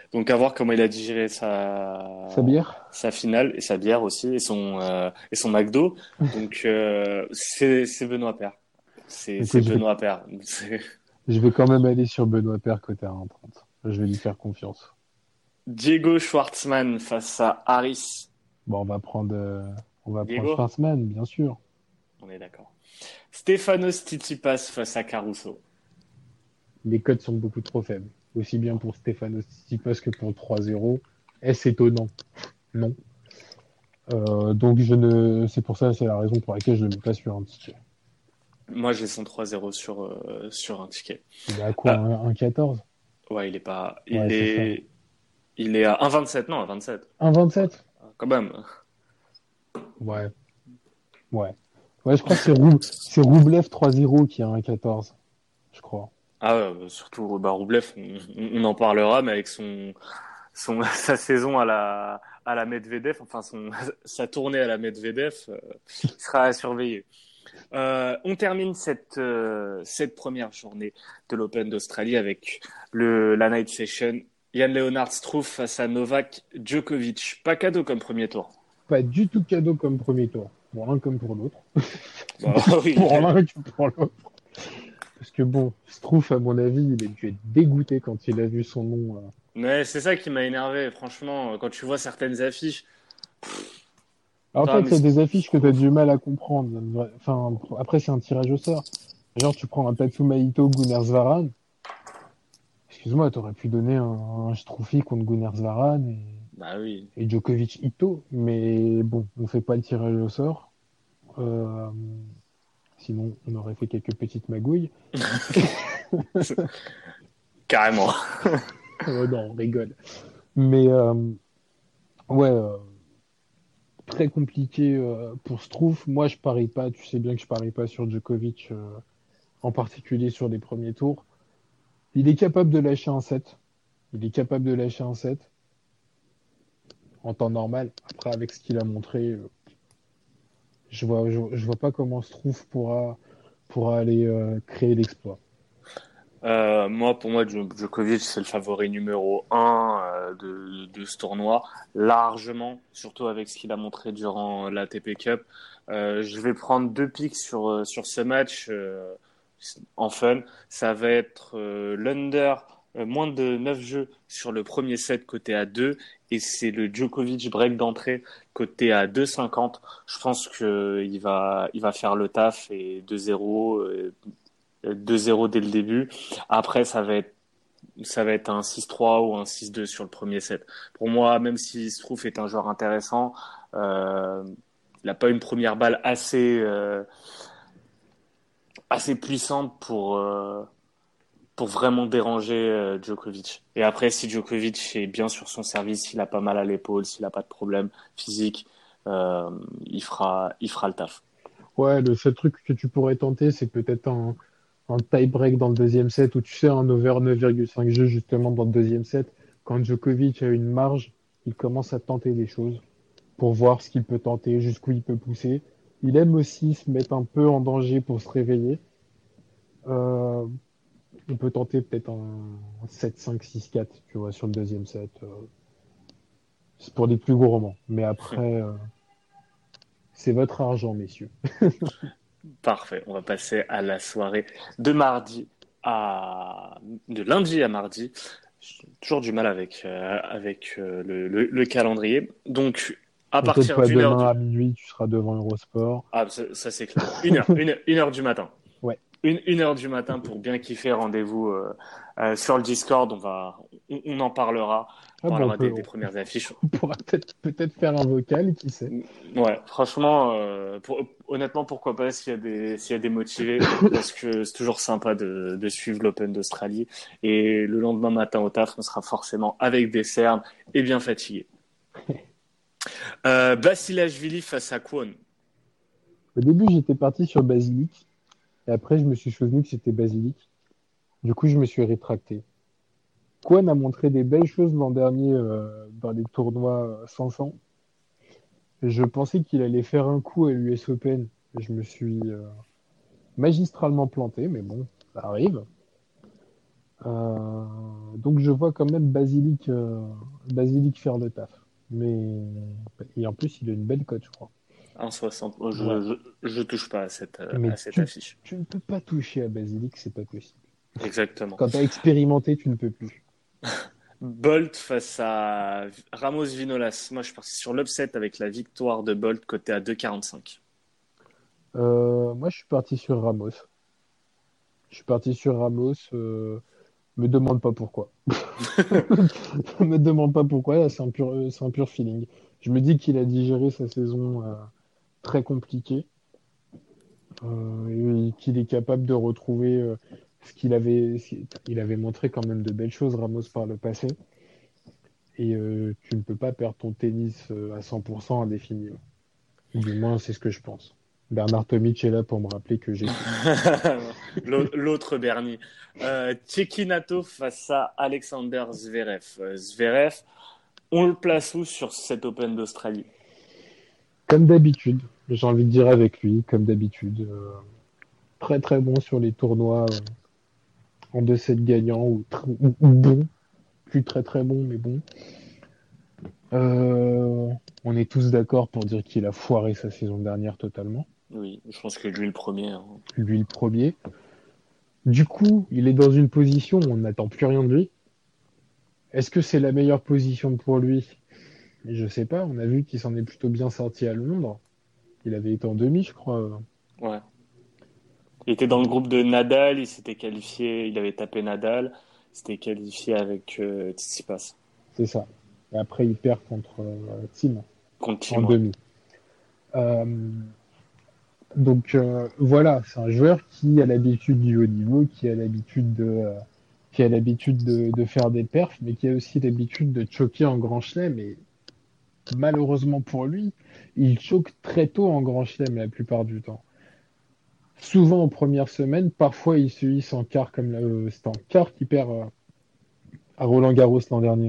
Donc à voir comment il a digéré sa Sa bière? sa finale et sa bière aussi et son euh, et son McDo. Donc euh, c'est c'est Benoît Paire. C'est c'est Écoute, je vais, Benoît Paire. C'est- je vais quand même aller sur Benoît Paire côté un trente. Je vais lui faire confiance. Diego Schwartzmann face à Harris. Bon, on va prendre, euh, on va prendre Diego, Schwarzman, bien sûr. on est d'accord. Stefanos Tsitsipas face à Caruso. Les codes sont beaucoup trop faibles. Aussi bien pour Stefanos Tsitsipas que pour le trois zéro. Est-ce étonnant? Non. Euh, donc je ne, c'est pour ça, c'est la raison pour laquelle je ne le mets pas sur un ticket. Moi j'ai son trois zéro sur euh, sur un ticket. Il est à quoi, Ah, un, un quatorze? ouais, il est pas Ouais, il c'est ça. est il est à un virgule vingt-sept non, à vingt-sept. Un vingt-sept? Quand même. Ouais, ouais. Ouais, je crois que c'est Roub... c'est Roublev trois zéro qui a un quatorze, je crois. Ah ouais, bah, surtout bah, Roublev, on, on- on en parlera, mais avec son, son sa saison à la à la Medvedev, enfin son sa tournée à la Medvedev, euh, il sera à surveiller. Euh, on termine cette euh, cette première journée de l'Open d'Australie avec le la night session. Jan Leonard Struff face à Novak Djokovic. Pas cadeau comme premier tour. Pas du tout cadeau comme premier tour. Pour l'un comme pour l'autre. Bah oui. Pour l'un que pour l'autre. Parce que bon, Struff, à mon avis, il a dû être dégoûté quand il a vu son nom. euh. Mais c'est ça qui m'a énervé, franchement, quand tu vois certaines affiches. Alors, en Ah, fait, mais il y a des affiches que tu as Struff. du mal à comprendre. Enfin, après, c'est un tirage au sort. Genre, tu prends un Tatsuma Ito, Gunnar Svaran. Excuse-moi, t'aurais pu donner un, un Struffy contre Gunnar Svaran et, Bah oui. et Djokovic Ito. Mais bon, on fait pas le tirage au sort. Euh, Sinon, on aurait fait quelques petites magouilles. Carrément. Oh non, on rigole. Mais euh, ouais, euh, très compliqué euh, pour Struff. Moi, je parie pas. Tu sais bien que je parie pas sur Djokovic, euh, en particulier sur les premiers tours. Il est capable de lâcher un set. Il est capable de lâcher un set en temps normal. Après, avec ce qu'il a montré, euh, je vois, je, je vois pas comment Struff pourra, pourra aller euh, créer l'exploit. Euh, moi, pour moi, Djo- Djokovic, c'est le favori numéro un euh, de, de ce tournoi, largement, surtout avec ce qu'il a montré durant l'A T P Cup. Euh, je vais prendre deux picks sur, euh, sur ce match euh, en fun. Ça va être euh, l'under, euh, moins de neuf jeux sur le premier set côté à deux, et c'est le Djokovic break d'entrée côté à deux cinquante. Je pense qu'il va, il va faire le taf et deux zéro. euh, deux zéro dès le début. Après, ça va être ça va être un six trois ou un six deux sur le premier set. Pour moi, même si Struff est un joueur intéressant, euh, il n'a pas une première balle assez euh, assez puissante pour euh, pour vraiment déranger euh, Djokovic. Et après, si Djokovic est bien sur son service, s'il a pas mal à l'épaule, s'il a pas de problème physique, euh, il fera il fera le taf. Ouais, le seul truc que tu pourrais tenter, c'est peut-être un, un tie-break dans le deuxième set, ou tu sais, un over neuf virgule cinq jeux justement dans le deuxième set. Quand Djokovic a une marge, il commence à tenter des choses pour voir ce qu'il peut tenter, jusqu'où il peut pousser. Il aime aussi se mettre un peu en danger pour se réveiller. Euh, on peut tenter peut-être un sept cinq six quatre, tu vois, sur le deuxième set. Euh, c'est pour les plus gourmands. Mais après, euh, c'est votre argent, messieurs. Parfait. On va passer à la soirée de mardi à de lundi à mardi. J'ai toujours du mal avec euh, avec euh, le, le, le calendrier. Donc à Peut-être partir pas d'une heure demain du à minuit, tu seras devant Eurosport. ah ça, ça, c'est clair. Une heure une, une heure du matin. Ouais. Une, une heure du matin pour bien kiffer. Rendez-vous euh, euh, sur le Discord. On va on, on en parlera. On Ah bon, on parlera peut, des, des on premières affiches. pourra peut-être peut-être faire un vocal, qui sait. Ouais, franchement, euh, pour, honnêtement, pourquoi pas s'il y a des, s'il y a des motivés, parce que c'est toujours sympa de, de suivre l'Open d'Australie. Et le lendemain matin au taf, on sera forcément avec des cernes et bien fatigué. Euh, Basilashvili face à Kwon. Au début, j'étais parti sur Basilic, et après, je me suis souvenu que c'était Basilic. Du coup, je me suis rétracté. Kwon a montré des belles choses l'an dernier euh, dans les tournois euh, cinq cents. Je pensais qu'il allait faire un coup à l'U S Open. Je me suis euh, magistralement planté, mais bon, ça arrive. Euh, donc je vois quand même Basilic, euh, Basilic faire le taf. Mais et en plus il a une belle cote, je crois. un soixante. Oh, Ouais. je, je, je touche pas à cette, euh, Mais à cette tu, affiche. tu ne peux pas toucher à Basilic, c'est pas possible. Exactement. Quand tu as expérimenté, tu ne peux plus. Bolt face à Ramos Vinolas. Moi, je suis parti sur l'upset avec la victoire de Bolt côté à deux virgule quarante-cinq. Euh, moi, je suis parti sur Ramos. Je suis parti sur Ramos. Euh, me demande pas pourquoi. Me demande pas pourquoi. Là, c'est un pur, c'est un pur feeling. Je me dis qu'il a digéré sa saison euh, très compliquée euh, et qu'il est capable de retrouver euh, ce qu'il avait. Il avait montré quand même de belles choses, Ramos, par le passé. Et euh, tu ne peux pas perdre ton tennis euh, à cent pour cent indéfiniment. Du moins, c'est ce que je pense. Bernard Tomic est là pour me rappeler que j'écoute. L'autre Bernie. Euh, Cecchinato face à Alexander Zverev. Euh, Zverev, on le place où sur cet Open d'Australie? Comme d'habitude, j'ai envie de dire avec lui, comme d'habitude. Euh, très très bon sur les tournois euh, en deux sept gagnants ou, tr- ou, ou bon. Plus très très bon, mais bon. Euh, on est tous d'accord pour dire qu'il a foiré sa saison dernière totalement. Oui, je pense que lui le premier, hein. Lui le premier. Du coup, il est dans une position où on n'attend plus rien de lui. Est-ce que c'est la meilleure position pour lui? Je sais pas. On a vu qu'il s'en est plutôt bien sorti à Londres. Il avait été en demi, je crois. Ouais. Il était dans le groupe de Nadal, il s'était qualifié, il avait tapé Nadal, il s'était qualifié avec euh, Tsitsipas. C'est ça. Et après, il perd contre euh, Tim Contre en Team, ouais. demi. Euh, donc euh, voilà, c'est un joueur qui a l'habitude du haut niveau, qui a l'habitude de, euh, qui a l'habitude de, de faire des perfs, mais qui a aussi l'habitude de choquer en grand chelem. Et malheureusement pour lui, il choque très tôt en grand chelem la plupart du temps. Souvent en première semaine, parfois il se hisse en quart comme euh, c'était en quart qu'il perd euh, à Roland Garros l'an dernier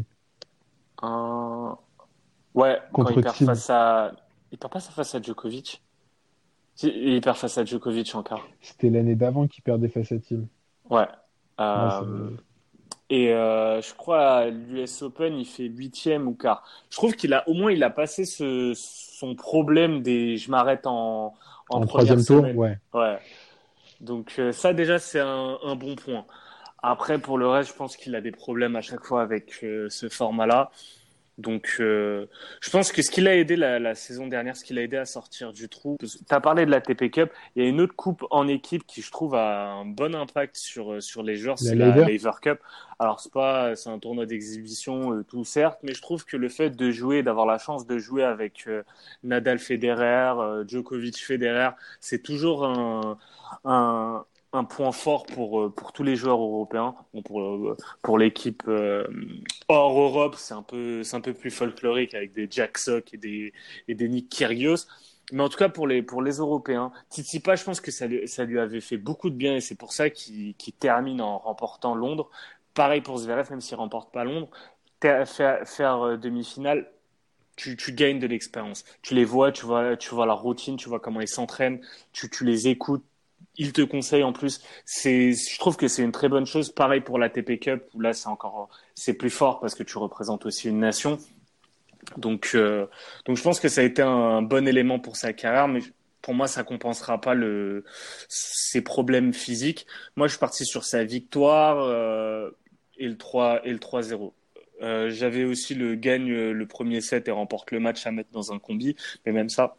Un- Ouais, quand il contre perd Tim. face à... Il perd pas ça face à Djokovic? Si, il perd face à Djokovic en quart. C'était l'année d'avant qu'il perdait face à Tim. Ouais. Ouais, c'est Euh, Et euh, je crois à l'U S Open, il fait huitième ou quart. Je trouve qu'il a au moins il a passé ce, son problème des je m'arrête en, en en première troisième tour, semaine. ouais. Ouais. Donc euh, ça déjà c'est un, un bon point. Après pour le reste, je pense qu'il a des problèmes à chaque fois avec euh, ce format-là. Donc, euh, je pense que ce qui l'a aidé la, la saison dernière, ce qui l'a aidé à sortir du trou, tu as parlé de la T P Cup, il y a une autre coupe en équipe qui, je trouve, a un bon impact sur, euh, sur les joueurs, La c'est la Laver. Laver Cup. Alors, c'est pas, c'est un tournoi d'exhibition, euh, tout certes, mais je trouve que le fait de jouer, d'avoir la chance de jouer avec euh, Nadal Federer, euh, Djokovic Federer, c'est toujours un, un, un point fort pour, euh, pour tous les joueurs européens, bon, pour, euh, pour l'équipe euh, hors Europe, c'est un peu, c'est un peu plus folklorique avec des Jack Sock et des, et des Nick Kyrgios. Mais en tout cas, pour les, pour les Européens, Tsitsipas, je pense que ça lui, ça lui avait fait beaucoup de bien et c'est pour ça qu'il, qu'il termine en remportant Londres. Pareil pour Zverev, même s'il remporte pas Londres. Faire, faire euh, demi-finale, tu, tu gagnes de l'expérience. Tu les vois, tu vois, tu vois la routine, tu vois comment ils s'entraînent, tu, tu les écoutes, ils te conseillent en plus. C'est, je trouve que c'est une très bonne chose. Pareil pour la T P Cup où là c'est encore, c'est plus fort parce que tu représentes aussi une nation. Donc, euh, donc je pense que ça a été un bon élément pour sa carrière, mais pour moi ça compensera pas le ses problèmes physiques. Moi je suis parti sur sa victoire euh, et le trois et le trois zéro. Euh, j'avais aussi le gagne le premier set et remporte le match à mettre dans un combi, mais même ça,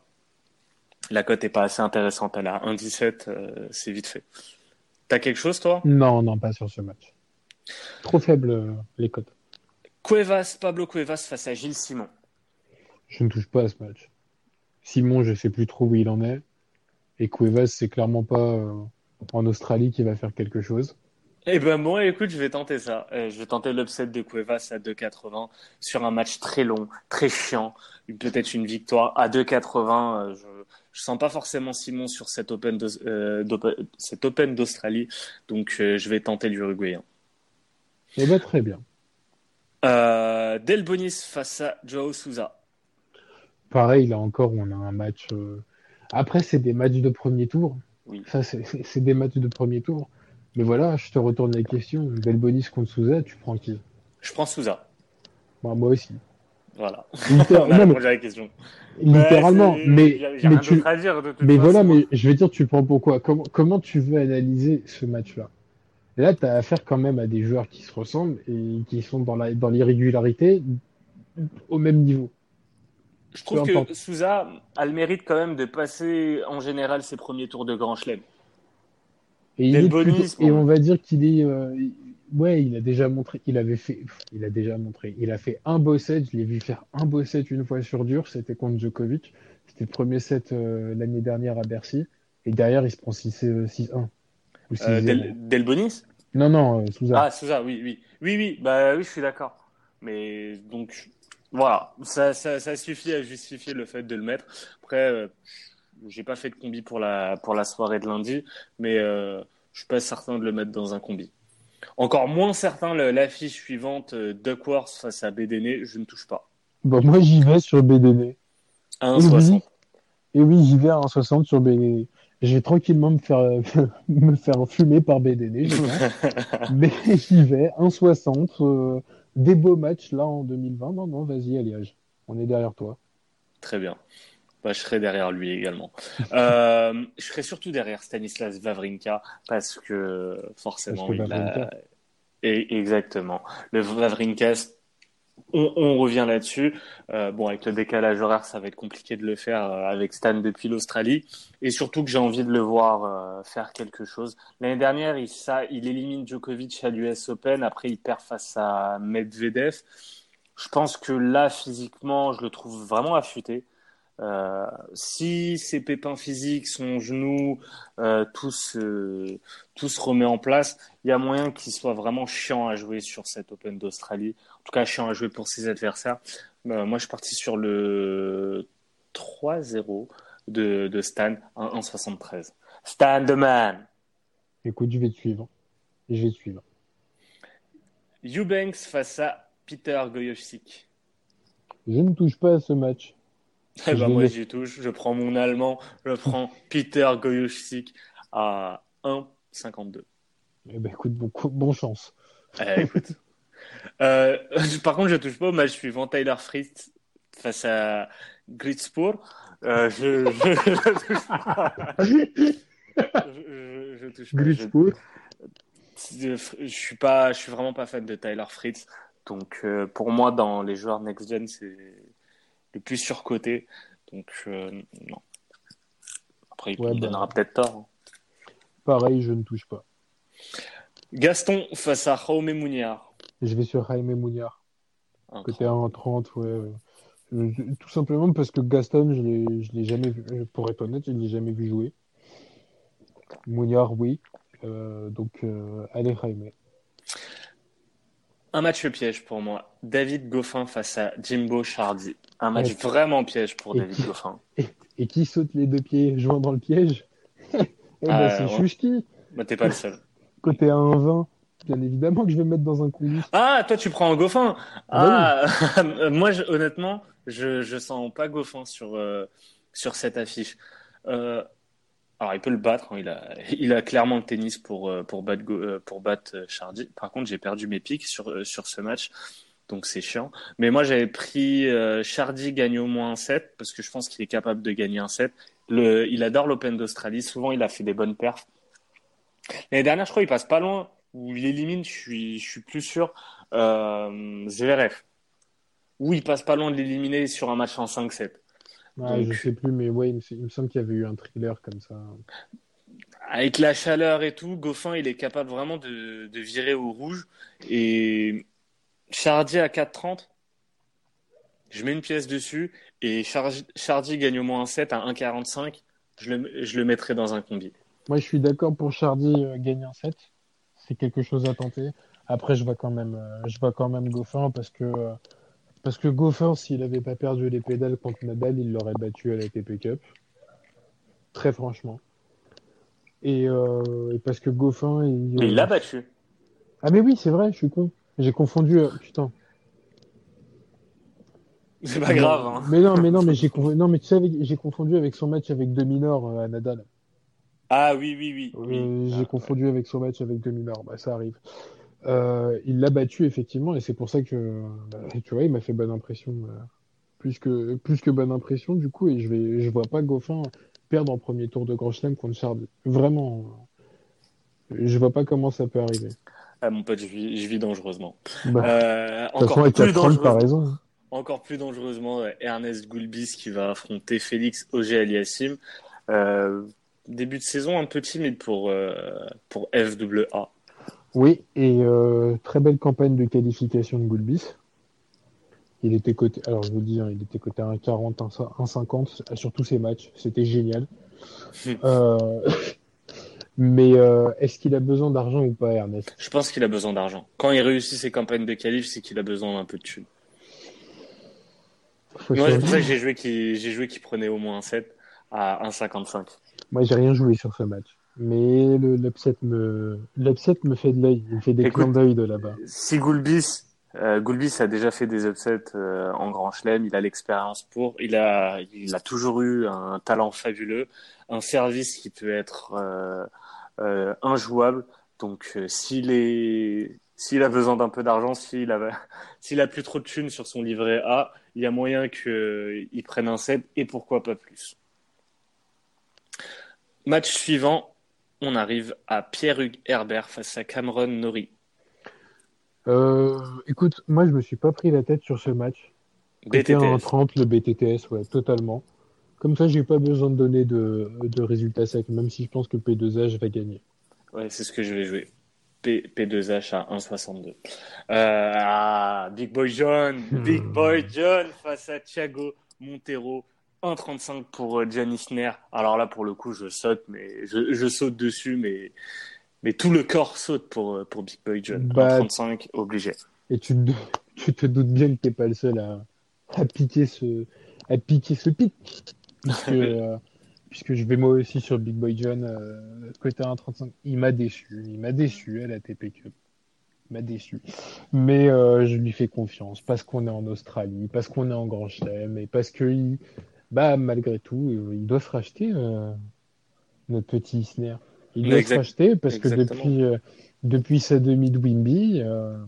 la cote est pas assez intéressante. Elle a un virgule dix-sept, euh, c'est vite fait. T'as quelque chose, toi? Non, non, pas sur ce match. Trop faible euh, les cotes. Cuevas, Pablo Cuevas face à Gilles Simon. Je ne touche pas à ce match. Simon, je sais plus trop où il en est. Et Cuevas, c'est clairement pas euh, en Australie qui va faire quelque chose. Eh ben moi, écoute, je vais tenter ça. Euh, je vais tenter l'upset de Cuevas à deux virgule quatre-vingts sur un match très long, très chiant. Peut-être une victoire à deux virgule quatre-vingts. Euh, je, je sens pas forcément Simon sur cet Open d'Aus- euh, d'Open- cet Open d'Australie, donc euh, je vais tenter l'Uruguayen. Eh ben, très bien. Euh, Delbonis face à Joao Souza. Pareil, là encore, on a un match. euh, Après, c'est des matchs de premier tour. Oui. Ça, c'est c'est des matchs de premier tour. Mais voilà, je te retourne la question. Delbonis contre Souza, tu prends qui? Je prends Souza. Bah, moi aussi. Voilà. Littér- On a non, mais, répondu à la question. Mais littéralement. c'est... Mais, J'ai j'ai mais rien tu, d'autre à dire de toute mais voilà, façon. mais je vais dire, tu le prends pourquoi? Comment, comment tu veux analyser ce match-là? Et là, tu as affaire quand même à des joueurs qui se ressemblent et qui sont dans la, dans l'irrégularité au même niveau. Je Peu trouve importe. que Souza a le mérite quand même de passer en général ses premiers tours de Grand Chelem. Et il est plutôt, Delbonis, et on bon, va dire qu'il est, euh, ouais, il a déjà montré, il avait fait, il a déjà montré, il a fait un beau set, je l'ai vu faire un beau set une fois sur dur, c'était contre Djokovic, c'était le premier set euh, l'année dernière à Bercy, et derrière il se prend six un ou euh, six zéro. Del, Delbonis. Non, non, euh, Souza. Ah, Souza, oui, oui. Oui, oui, bah oui, je suis d'accord. Mais donc, voilà, ça, ça, ça suffit à justifier le fait de le mettre. Après, euh, j'ai pas fait de combi pour la, pour la soirée de lundi, mais euh, je suis pas certain de le mettre dans un combi. Encore moins certain le- l'affiche suivante, euh, Duckworth face à Bédéné, je ne touche pas. Bon, moi j'y vais sur B D D. À Et oui, un virgule soixante. et oui, j'y vais à un virgule soixante sur B D D. Je vais tranquillement me faire, me faire fumer par B D D, je pense. Mais j'y vais, un virgule soixante. Euh, des beaux matchs là en deux mille vingt. Non, non, vas-y, Alliage. On est derrière toi. Très bien. Bah, je serai derrière lui également. Euh, je serai surtout derrière Stanislas Wawrinka parce que Parce forcément que il Vavrinka. a et exactement le Wawrinka. On, on revient là-dessus. Euh, bon, avec le décalage horaire, ça va être compliqué de le faire euh, avec Stan depuis l'Australie. Et surtout que j'ai envie de le voir euh, faire quelque chose. L'année dernière, il, ça, il élimine Djokovic à l'U S Open. Après, il perd face à Medvedev. Je pense que là, physiquement, je le trouve vraiment affûté. Euh, si ses pépins physiques, son genou, euh, tout, se, tout se remet en place, il y a moyen qu'il soit vraiment chiant à jouer sur cet Open d'Australie. En tout cas, chiant à jouer pour ses adversaires. Euh, moi, je suis parti sur le trois zéro de, de Stan, un un soixante-treize. Stan the man. Écoute, je vais te suivre. Je vais te suivre. Eubanks face à Peter Gojowczyk. Je ne touche pas à ce match. Eh Je ben les moi laisse. j'y touche, je prends mon allemand, je prends Peter Gojowczyk à un virgule cinquante-deux. Eh ben, écoute, bon, bon chance. Eh, écoute. Euh, par contre, je touche pas au match suivant, Tyler Fritz face à Gritzpour. Euh, je, je, je touche pas. Je, je, je touche pas. Je, Gritzpool. je, je suis pas, je suis vraiment pas fan de Tyler Fritz. Donc, euh, pour moi, dans les joueurs next-gen, c'est le plus surcoté. Donc, euh, non. Après, il Ouais, me bah, donnera peut-être tort, hein. pareil, je ne touche pas. Gaston face à Jaume Muñoz. Je vais sur Jaime Muñoz. Côté un virgule trente. un virgule trente, ouais. Je- tout simplement parce que Gaston, je l'ai, je l'ai jamais vu. Pour être honnête, je ne l'ai jamais vu jouer. Muñoz, oui. Euh, donc, euh, allez, Jaime. Un match piège pour moi. David Goffin face à Jimbo Chardy. Un match Ouais. vraiment piège pour Et David qui, Goffin. et, et qui saute les deux pieds joints dans le piège? Eh ben, c'est Ah, ouais. Chouchki. Bah, t'es pas le seul. Côté un virgule vingt, bien évidemment que je vais me mettre dans un coulis. Ah, toi, tu prends un Goffin. Ah bah oui. Ah, moi, je- honnêtement, je, je sens pas Goffin sur, euh, sur cette affiche. Euh, alors, il peut le battre, hein. Il a, il a clairement le tennis pour, euh, pour battre, Go- euh, pour battre euh, Chardy. Par contre, j'ai perdu mes pics sur, euh, sur ce match. Donc, c'est chiant. Mais moi, j'avais pris euh, Chardy gagne au moins un set parce que je pense qu'il est capable de gagner un set. Le, il adore l'Open d'Australie. Souvent, il a fait des bonnes perfs. L'année dernière, je crois, il passe pas loin. Ou il élimine, je suis, je suis plus sûr. Euh, Zverev. Ou il passe pas loin de l'éliminer sur un match en cinq sept. Ah, je Donc, sais plus, mais ouais, il me, il me semble qu'il y avait eu un thriller comme ça. avec la chaleur et tout, Goffin, il est capable vraiment de, de virer au rouge. Et Chardy à quatre trente, je mets une pièce dessus. Et Chardy, Chardy gagne au moins un set à un quarante-cinq. Je le, je le mettrai dans un combi. Moi, je suis d'accord pour Chardy euh, gagner un set. C'est quelque chose à tenter. Après, je vais quand même, euh, je vais quand même Goffin parce que, euh, parce que Goffin, s'il avait pas perdu les pédales contre Nadal, il l'aurait battu à la T P Cup. Très franchement. Et, euh, et parce que Goffin, il, Mais il euh, l'a battu. ah mais oui, c'est vrai, je suis con. J'ai confondu. euh, putain. C'est pas Mais, grave, hein. mais non, mais non, mais j'ai confondu. Non, mais tu sais, avec- j'ai confondu avec son match avec Dominor euh, à Nadal. Ah oui, oui, oui, oui. Euh, j'ai Ah, ouais. confondu avec son match avec Dominor, bah, ça arrive. Euh, il l'a battu effectivement et c'est pour ça que bah, tu vois, il m'a fait bonne impression, euh, plus que plus que bonne impression du coup et je vais je vois pas Goffin perdre en premier tour de Grand Chelem contre Chardy. Vraiment, je vois pas comment ça peut arriver. Ah, mon pote, je vis, je vis dangereusement. Bah, de Euh, toute façon, encore à plus quatre ans, t'as dangereusement. raison. Encore plus dangereusement, euh, Ernest Goulbis qui va affronter Félix Auger-Aliassime. Euh, début de saison un peu timide pour, euh, pour F W A. Oui, et euh, très belle campagne de qualification de Gulbis. Il était coté, alors je vous dis, hein, il était coté à un quarante, un cinquante sur tous ses matchs. C'était génial. Euh, mais euh, est-ce qu'il a besoin d'argent ou pas, Ernest? Je pense qu'il a besoin d'argent. Quand il réussit ses campagnes de qualif, c'est qu'il a besoin d'un peu de thunes. Faut Moi, c'est pour ça que survivre. j'ai joué qui, j'ai joué qui prenait au moins un sept à un cinquante-cinq. Moi, j'ai rien joué sur ce match. Mais le l'upset me, l'upset me fait de l'œil. Il me fait des clins Écoute, d'œil de là-bas. si Goulbis, euh, Goulbis a déjà fait des upsets euh, en Grand Chelem, il a l'expérience pour, il a, il a toujours eu un talent fabuleux, un service qui peut être euh, euh, injouable. Donc, euh, s'il est, s'il a besoin d'un peu d'argent, s'il a, s'il a plus trop de thunes sur son livret A, il y a moyen qu'il prenne un set et pourquoi pas plus. Match suivant, on arrive à Pierre-Hugues Herbert face à Cameron Norrie. Euh, écoute, moi, je me suis pas pris la tête sur ce match. Côté à B T T S. un trente, le B T T S, ouais, totalement. Comme ça, j'ai pas besoin de donner de, de résultats secs, même si je pense que P deux H va gagner. Ouais, c'est ce que je vais jouer. P, P2H à un virgule soixante-deux. Euh, ah, Big Boy John, Big Boy Hmm. John face à Thiago Montero. un virgule trente-cinq pour euh, Giannis Ner. Alors là, pour le coup, je saute, mais je, je saute dessus, mais, mais tout le corps saute pour, euh, pour Big Boy John. Bah, un virgule trente-cinq obligé. et tu te, tu te doutes bien que t'es pas le seul à, à piquer ce, à piquer ce pic, puisque, euh, puisque je vais moi aussi sur Big Boy John, euh, côté un virgule trente-cinq. Il m'a déçu, il m'a déçu à la T P Cup. Il m'a déçu. Mais euh, je lui fais confiance parce qu'on est en Australie, parce qu'on est en Grand Chelem et parce que il, bah, malgré tout, euh, il doit se racheter, euh, notre petit Isner. Il doit se Exact, racheter parce que exactement. depuis, euh, depuis sa demi de Wimby, euh,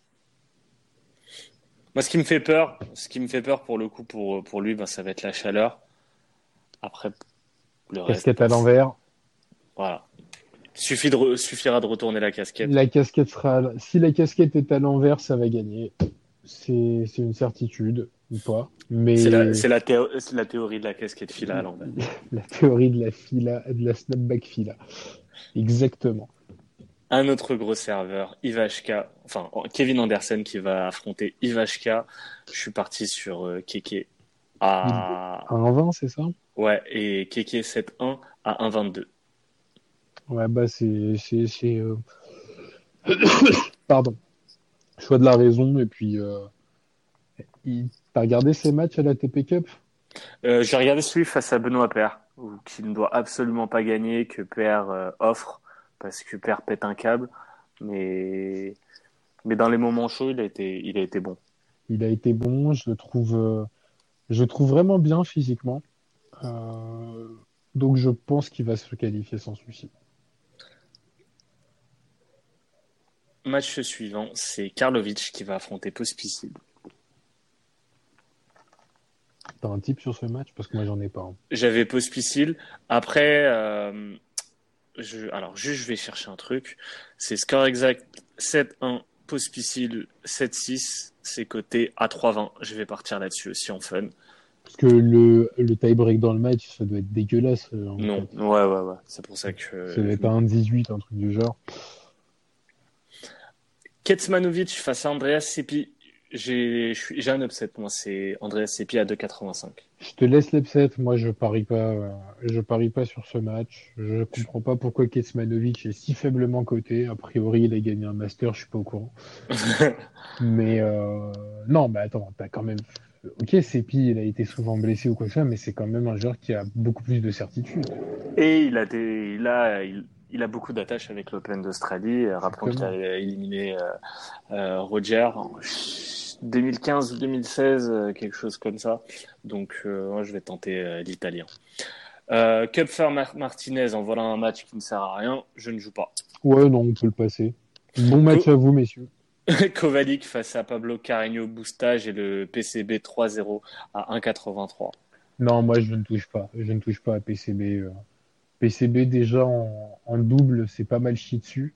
Moi, ce qui me fait peur, ce qui me fait peur pour le coup, pour, pour lui, ben, ça va être la chaleur. Après, le reste, casquette ben, à l'envers. voilà. Suffit de re- suffira de retourner la casquette. La casquette sera, si la casquette est à l'envers, ça va gagner. C'est, c'est une certitude ou pas. C'est la, Mais c'est la, théo- c'est la théorie de la casquette fila à l'envers. la théorie de la fila, de la snapback fila. Exactement. Un autre gros serveur, Ivashka, enfin Kevin Anderson qui va affronter Ivashka. Je suis parti sur euh, Keke Il, à à un vingt, c'est ça? ouais et Keke sept un à un virgule vingt-deux. Ouais, bah, c'est, c'est, c'est, euh, pardon. Choix de la raison. Et puis, euh, il, t'as regardé ces matchs à la T P Cup? Euh, j'ai regardé celui face à Benoît Paire, où- qui ne doit absolument pas gagner, que Paire euh, offre parce que Paire pète un câble, mais mais dans les moments chauds, il a été il a été bon. Il a été bon. Je le trouve, euh, je le trouve vraiment bien physiquement. Euh, donc, je pense qu'il va se qualifier sans souci. Match suivant, c'est Karlovic qui va affronter Pospisil. T'as un type sur ce match? Parce que moi, j'en ai pas, hein. J'avais Pospisil. Après, euh, je, alors juste je vais chercher un truc. C'est score exact sept un, Pospisil sept six. C'est coté à trois vingt. Je vais partir là-dessus aussi en fun. Parce que le, le tie-break dans le match, ça doit être dégueulasse, euh, en Non, fait. ouais, ouais, ouais. C'est pour ça que Ça euh, doit je être à me... un dix-huit, un truc du genre. Ketsmanovic face à Andreas Seppi. J'ai, je suis- j'ai un upset, moi. C'est Andreas Seppi à deux quatre-vingt-cinq. Je te laisse l'upset. Moi, je parie pas, euh, je parie pas sur ce match. Je comprends pas pourquoi Kecmanovic est si faiblement coté. A priori, il a gagné un master, je suis pas au courant. Mais euh, non, mais attends, t'as quand même. Ok, Sepi, il a été souvent blessé ou quoi que ce soit, mais c'est quand même un joueur qui a beaucoup plus de certitude. Et il a des, il a, il, il a beaucoup d'attaches avec l'Open d'Australie. Rappelons qu'il Exactement. a éliminé euh, euh, Roger en deux mille quinze ou deux mille seize, euh, quelque chose comme ça. Donc, euh, moi, je vais tenter euh, l'italien. Euh, Kupfer Mar- Martinez, en voilà un match qui ne sert à rien, je ne joue pas. Ouais, non, on peut le passer. Bon match Co- à vous, messieurs. Kovalik face à Pablo Carreño Busta, j'ai le P C B trois zéro à un virgule quatre-vingt-trois. Non, moi, je ne touche pas. Je ne touche pas à P C B. euh. P C B, déjà, en, en double, c'est pas mal chié dessus.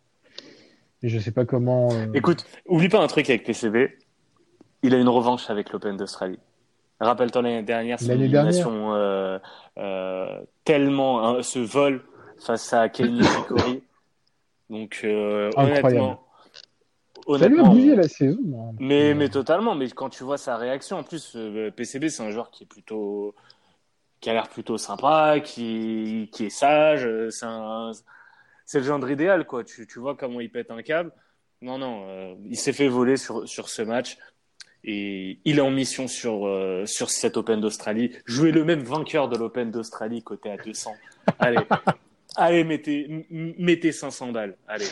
Et je sais pas comment. euh, Écoute, oublie pas un truc avec P C B, il a une revanche avec l'Open d'Australie. Rappelle-toi l'année dernière, son L'année dernière, élimination euh, euh, tellement, hein, ce vol face à Kei Nishikori. Donc euh, incroyable. honnêtement, Ça lui a honnêtement, bougé on- la saison, hein, parce mais, que mais totalement. Mais quand tu vois sa réaction, en plus, euh, P C B, c'est un joueur qui est plutôt, qui a l'air plutôt sympa, qui, qui est sage. euh, C'est un, c'est le gendre idéal, quoi. Tu, tu vois comment il pète un câble. Non, non, euh, il s'est fait voler sur, sur ce match. Et il est en mission sur, euh, sur cet Open d'Australie. Jouer le même vainqueur de l'Open d'Australie, côté à deux cents. Allez, allez, mettez, m- mettez cinq cents balles. Allez.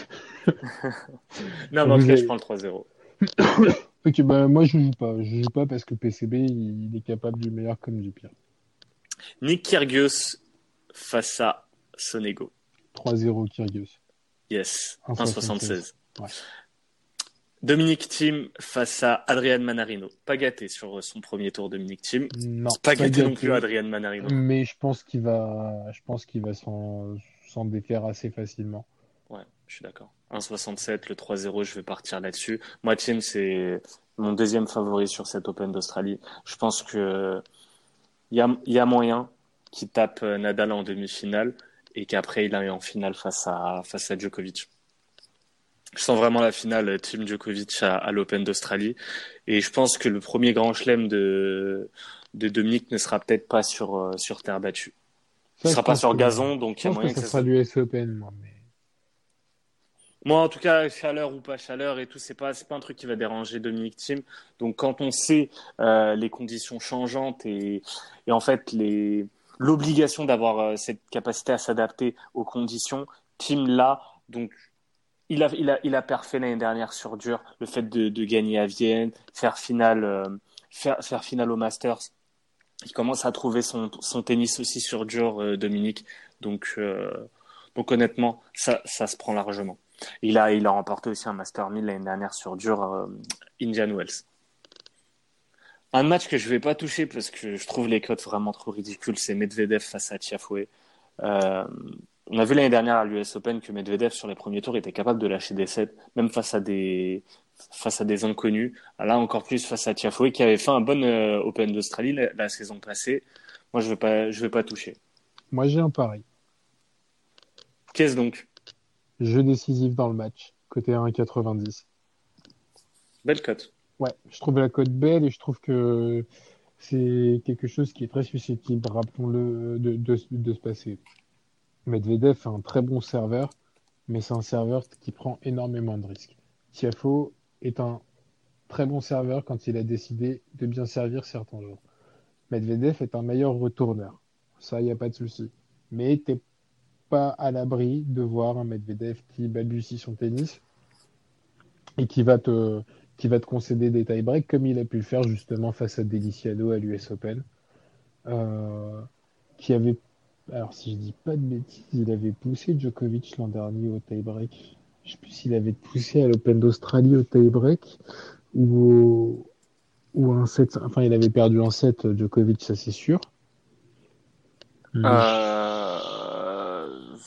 Non, mais en tout vous cas, je avez... prends le trois zéro. Ok, bah moi je joue pas. Je joue pas parce que P C B, il, il est capable du meilleur comme du pire. Nick Kyrgios face à Sonego. trois zéro Kyrgios. Yes, un virgule soixante-seize. un virgule soixante-seize. Ouais. Dominic Thiem face à Adrian Manarino. Pas gâté sur son premier tour, Dominic Thiem. Non, Pas pas gâté non plus, gâté. Adrian Manarino. Mais je pense qu'il va, je pense qu'il va s'en, s'en défaire assez facilement. Ouais, je suis d'accord. un virgule soixante-sept, le trois zéro, je vais partir là-dessus. Moi, Thiem, c'est mon deuxième favori sur cet Open d'Australie. Je pense que il y a, il y a moyen qu'il tape Nadal en demi-finale et qu'après, il aille en finale face à, face à Djokovic. Je sens vraiment la finale Thiem Djokovic à, à l'Open d'Australie. Et je pense que le premier grand chelem de, de Dominique ne sera peut-être pas sur, euh, sur terre battue. Il Ça, je sera pas pense sur que, gazon, je donc il y a pense que moyen que ça ça sera se... du S Open, moi. Mais Moi, en tout cas, chaleur ou pas chaleur et tout, c'est pas, c'est pas un truc qui va déranger Dominique Thiem. Donc, quand on sait euh, les conditions changeantes et, et en fait les, l'obligation d'avoir euh, cette capacité à s'adapter aux conditions, Thiem là, donc il a, il a, il a parfait l'année dernière sur dur, le fait de, de gagner à Vienne, faire finale, euh, faire, faire finale au Masters. Il commence à trouver son, son tennis aussi sur dur, euh, Dominique. Donc, euh, donc honnêtement, ça, ça se prend largement. Il a, il a remporté aussi un Master mille l'année dernière sur dur, euh, Indian Wells. Un match que je vais pas toucher parce que je trouve les cotes vraiment trop ridicules, c'est Medvedev face à Tiafoe. Euh, on a vu l'année dernière à l'U S Open que Medvedev sur les premiers tours était capable de lâcher des sets, même face à des face à des inconnus. Là encore plus face à Tiafoe qui avait fait un bon euh, Open d'Australie la, la saison passée. Moi je vais pas je vais pas toucher. moi, j'ai un pari. Qu'est-ce donc? Jeu décisif dans le match, côté un virgule quatre-vingt-dix. Belle cote. Ouais, je trouve la cote belle et je trouve que c'est quelque chose qui est très susceptible, rappelons-le, de, de, de se passer. Medvedev est un très bon serveur, mais c'est un serveur qui prend énormément de risques. Tiafoe est un très bon serveur quand il a décidé de bien servir certains joueurs. Medvedev est un meilleur retourneur. Ça, il n'y a pas de souci. Mais t'es pas à l'abri de voir un Medvedev qui balbutie son tennis et qui va te, qui va te concéder des tie-breaks comme il a pu le faire justement face à Deliciado à l'U S Open. Euh, qui avait, alors si je dis pas de bêtises, il avait poussé Djokovic l'an dernier au tie-break. Je sais plus s'il avait poussé à l'Open d'Australie au tie-break ou au, ou un set. Enfin, il avait perdu un set, Djokovic, ça c'est sûr. Mais Euh...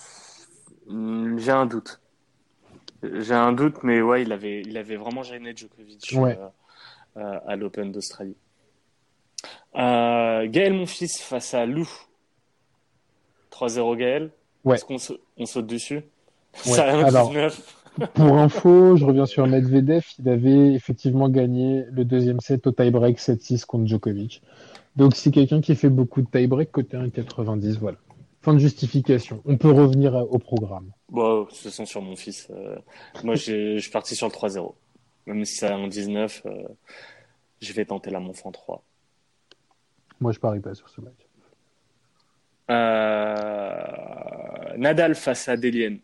J'ai un doute. J'ai un doute, mais ouais, il avait, il avait vraiment gêné Djokovic ouais, euh, euh, à l'Open d'Australie. Euh, Gaël Monfils face à Lou. trois zéro Gaël. ouais, Est-ce qu'on sa- on saute dessus? ouais. Ça a un Alors, dix-neuf. pour info, je reviens sur Medvedev. Il avait effectivement gagné le deuxième set au tie-break sept six contre Djokovic. Donc, c'est quelqu'un qui fait beaucoup de tie-break côté un virgule quatre-vingt-dix. Voilà. Fin de justification. On peut revenir à- au programme. Bon, ce sont sur mon fils. Euh, moi, j'ai- je suis parti sur le trois zéro. Même si ça a un dix-neuf, euh, je vais tenter la Monf en trois. Moi, je parie pas sur ce match. Euh, Nadal face à Delienne.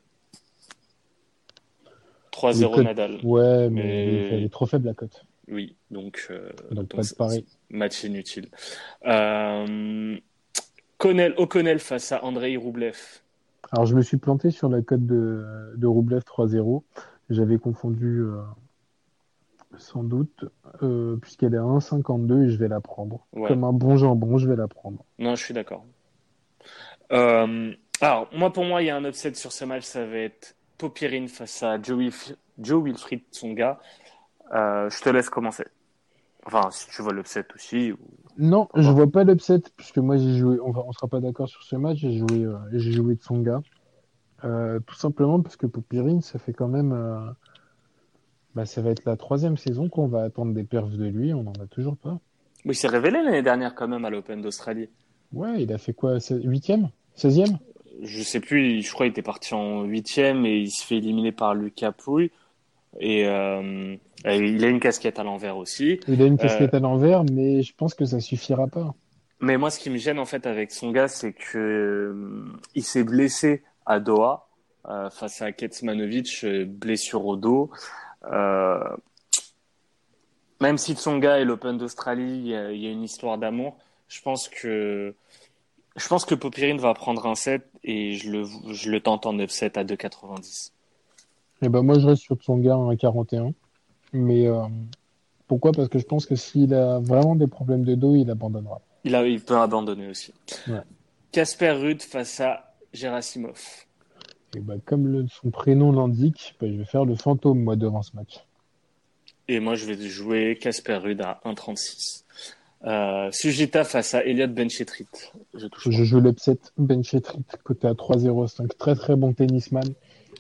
Les trois zéro cotes, Nadal. ouais, mais elle est, elle Mais est trop faible la cote. oui, donc, euh, Donc, donc pas de pari. match inutile. Euh, Connell, O'Connell face à Andrei Rublev. Alors, je me suis planté sur la cote de, de Rublev trois zéro. J'avais confondu euh, sans doute, euh, puisqu'elle est à un virgule cinquante-deux et je vais la prendre. Ouais. Comme un bon jambon, je vais la prendre. Non, je suis d'accord. Euh, alors, moi, pour moi, il y a un upset sur ce match. Ça va être Popyrin face à Joe, Wilf- Joe Wilfried Tsonga. Euh, je te laisse commencer. Enfin, si tu vois l'upset aussi. Ou... Non, Pourquoi je pas. vois pas l'upset, puisque moi j'ai joué, on va, on sera pas d'accord sur ce match, j'ai joué, euh, j'ai joué Tsonga. Euh, tout simplement parce que Popirine, ça fait quand même, euh, bah, ça va être la troisième saison qu'on va attendre des perfs de lui, on n'en a toujours pas. Oui, il s'est révélé l'année dernière quand même à l'Open d'Australie. Ouais, il a fait quoi, huitième? seizième? Je sais plus, je crois qu'il était parti en huitième et il se fait éliminer par Lucas Pouille. Et, euh, et il a une casquette à l'envers aussi. Il a une Euh, casquette à l'envers, mais je pense que ça suffira pas. mais moi, ce qui me gêne en fait avec son gars, c'est que euh, il s'est blessé à Doha euh, face à Kecmanovic, euh, blessure au dos. Euh, Même si Tsonga et l'Open d'Australie, il y, a, il y a une histoire d'amour, je pense que je pense que Popyrin va prendre un set et je le je le tente en upset à deux quatre-vingt-dix. Et ben moi je reste sur Tsonga à un virgule quarante et un. Mais euh, pourquoi? Parce que je pense que s'il a vraiment des problèmes de dos, il abandonnera. Il a il peut abandonner aussi. Ouais. Casper Ruud face à Gerasimov. Et ben comme le- son prénom l'indique, ben, je vais faire le fantôme moi devant ce match. Et moi, je vais jouer Casper Ruud à un trente-six. Euh, Sujita face à Elliot Benchetrit. Je touche Je pas. joue l'upset Benchetrit côté à trois zéro cinq. Très très bon tennisman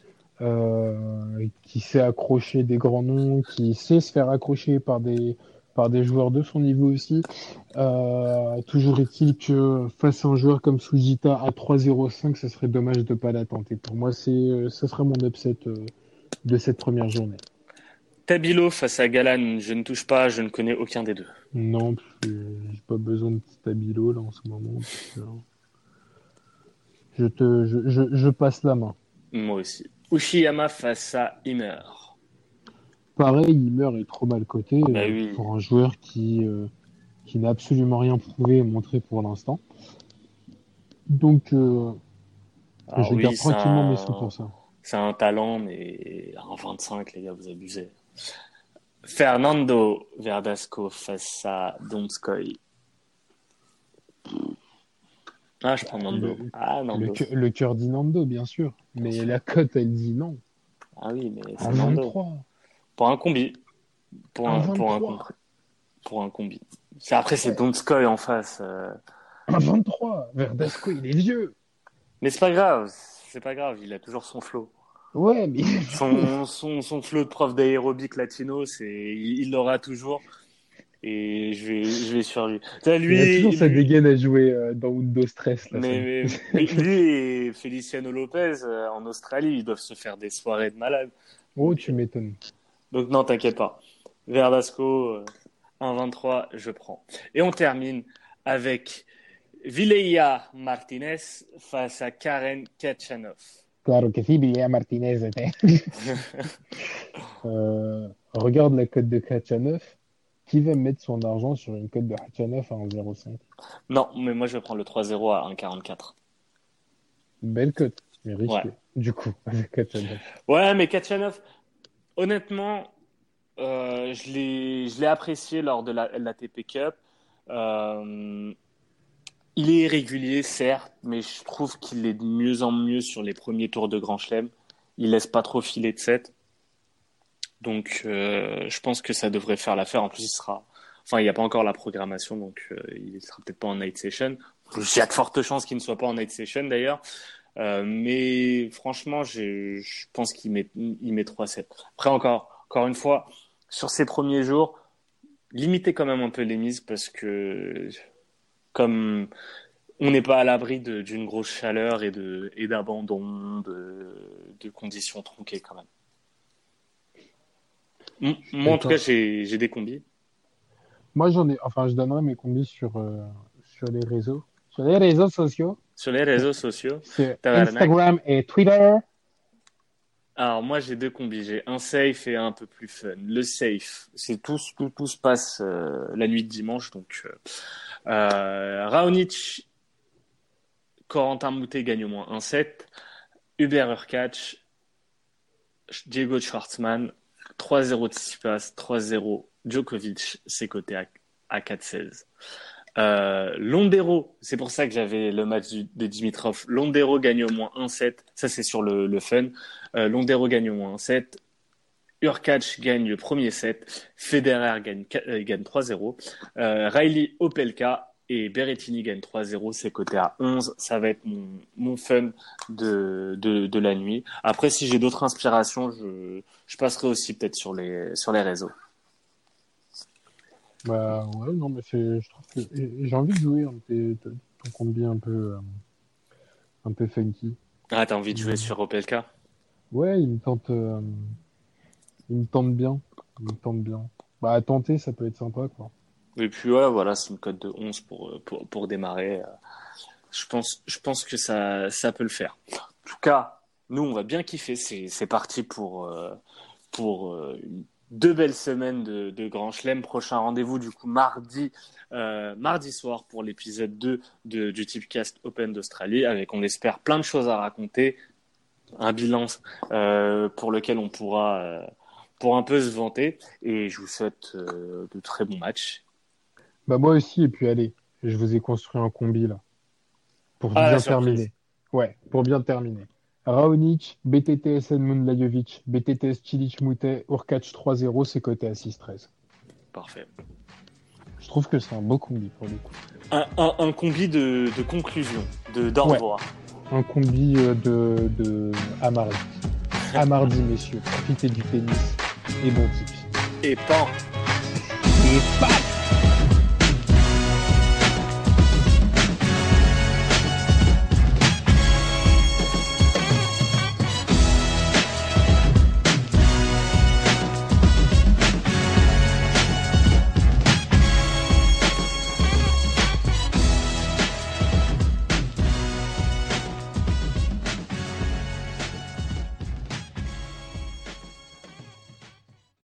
euh, qui sait accrocher des grands noms, qui sait se faire accrocher par des, par des joueurs de son niveau aussi. Euh, toujours est-il que face à un joueur comme Sujita à trois zéro cinq, ce serait dommage de ne pas la tenter. Pour moi, c'est, ce serait mon upset euh, de cette première journée. Tabilo face à Galan. Je ne touche pas. Je ne connais aucun des deux. Non, j'ai pas besoin de petit stabilo là en ce moment. Donc, euh, je te, je, je, je passe la main. Moi aussi. Uchiyama face à Immer. Pareil, Ymer est trop mal coté Ah bah euh, oui. pour un joueur qui, euh, qui n'a absolument rien prouvé et montré pour l'instant. Donc, euh, Alors je garde oui, c'est tranquillement mes sous un, pour ça. c'est un talent, mais un vingt-cinq, les gars, vous abusez. Fernando Verdasco face à Donskoy. Ah, je prends Nando. Le, Ah, le, Nando. cœur- le cœur dit Nando, bien sûr. Bien Mais sûr. la cote, elle dit non. Ah oui, mais Un c'est Nando. vingt-trois. Pour un combi. Pour Un un, pour un, vingt-trois. compr- pour un combi. C'est- Après, c'est Ouais. Donskoy en face. euh. Un vingt-trois. Verdasco, il est vieux. Mais c'est pas grave. C'est pas grave. Il a toujours son flow. Ouais, mais il est vieux. Son, son, son flow de prof d'aérobic latino, c'est, il il l'aura toujours. Et je vais, je vais sur lui. Tu sais, Il a toujours lui, sa lui, dégaine à jouer euh, dans Windows Stress, là. Ça me- mais, mais lui et Feliciano Lopez euh, en Australie, ils doivent se faire des soirées de malade. Oh, Donc, tu euh, m'étonnes. donc non, t'inquiète pas. Verdasco, euh, un vingt-trois, je prends. Et on termine avec Vileia Martinez face à Karen Kachanov. Claro que sí, Billy Martinez. Euh, regarde la cote de Kachanov. Qui va mettre son argent sur une cote de Kachanov à un zéro cinq? Non, mais moi je vais prendre le trois zéro à un quarante-quatre. Belle cote, mais Ouais. risquée. Du coup, avec Kachanov. Ouais, mais Kachanov, honnêtement, euh, je l'ai, je l'ai apprécié lors de la, la T P Cup. Euh, il est irrégulier, certes, mais je trouve qu'il est de mieux en mieux sur les premiers tours de Grand Chelem. Il laisse pas trop filer de set. Donc, euh, je pense que ça devrait faire l'affaire. En plus, il sera. Enfin, il n'y a pas encore la programmation, donc euh, il sera peut-être pas en night session. Il y a de fortes chances qu'il ne soit pas en night session d'ailleurs. Euh, mais franchement, j'ai- je pense qu'il met, il met trois sept. Après, encore, encore une fois, sur ces premiers jours, limitez quand même un peu les mises parce que comme on n'est pas à l'abri de- d'une grosse chaleur et de et d'abandon, de, de conditions tronquées quand même. M- Je suis Moi, en tout cas, d'accord. j'ai j'ai des combis. Moi, j'en ai, enfin, je donnerai mes combis sur, euh, sur les réseaux. Sur les réseaux sociaux. Sur les réseaux sociaux, C'est Tabarnak. Instagram et Twitter. Alors moi j'ai deux combis, j'ai un safe et un un peu plus fun. Le safe, c'est tout, tout, tout se passe euh, la nuit de dimanche, donc euh, euh, Raonic Corentin Moutet gagne au moins un sept. Hubert Hurkacz, Diego Schwartzmann, trois zéro Tsitsipas, trois zéro Djokovic, c'est coté à, à quatre seize. Euh, Londero, c'est pour ça que j'avais le match du, de Dimitrov. Londero gagne au moins un sept. Ça, c'est sur le, le fun. Euh, Londero gagne au moins un sept. Hurkacz gagne le premier set. Federer gagne, euh, gagne trois zéro. Euh, Riley Opelka et Berrettini gagne trois zéro. C'est coté à onze. Ça va être mon, mon fun de, de, de la nuit. Après, si j'ai d'autres inspirations, je, je passerai aussi peut-être sur les, sur les réseaux. Bah ouais, non, mais c'est, je trouve que j'ai envie de jouer hein, t'es, t'es, ton combi un peu, euh, un peu funky. Ah, t'as envie de jouer Mmh. sur Opelka? Ouais, il me tente, euh, il me tente bien, il me tente bien. Bah à tenter, ça peut être sympa quoi. Et puis ouais, voilà, c'est une cote de onze pour, pour, pour démarrer. Je pense, je pense que ça, ça peut le faire. En tout cas, nous, on va bien kiffer. C'est, c'est parti pour, euh, pour euh, une deux belles semaines de, de Grand Chelem. Prochain rendez-vous du coup mardi, euh, mardi soir pour l'épisode deux de, du Tipcast Open d'Australie, avec on espère plein de choses à raconter, un bilan euh, pour lequel on pourra euh, pour un peu se vanter. Et je vous souhaite euh, de très bons matchs. Bah moi aussi, et puis allez, je vous ai construit un combi là pour Ah, bien la surprise. terminer. Ouais, pour bien terminer. Raonic, B T T S Edmund Lajovic, B T T S Cilic Moutet, Hurkacz trois zéro, c'est coté à six treize. Parfait. Je trouve que c'est un beau combi pour le coup. Un, un, un combi de, de conclusion, de d'au revoir. Ouais. Un combi euh, de, de à mardi. À mardi, messieurs. Profitez du tennis et bon tips. Et pan. Et paf!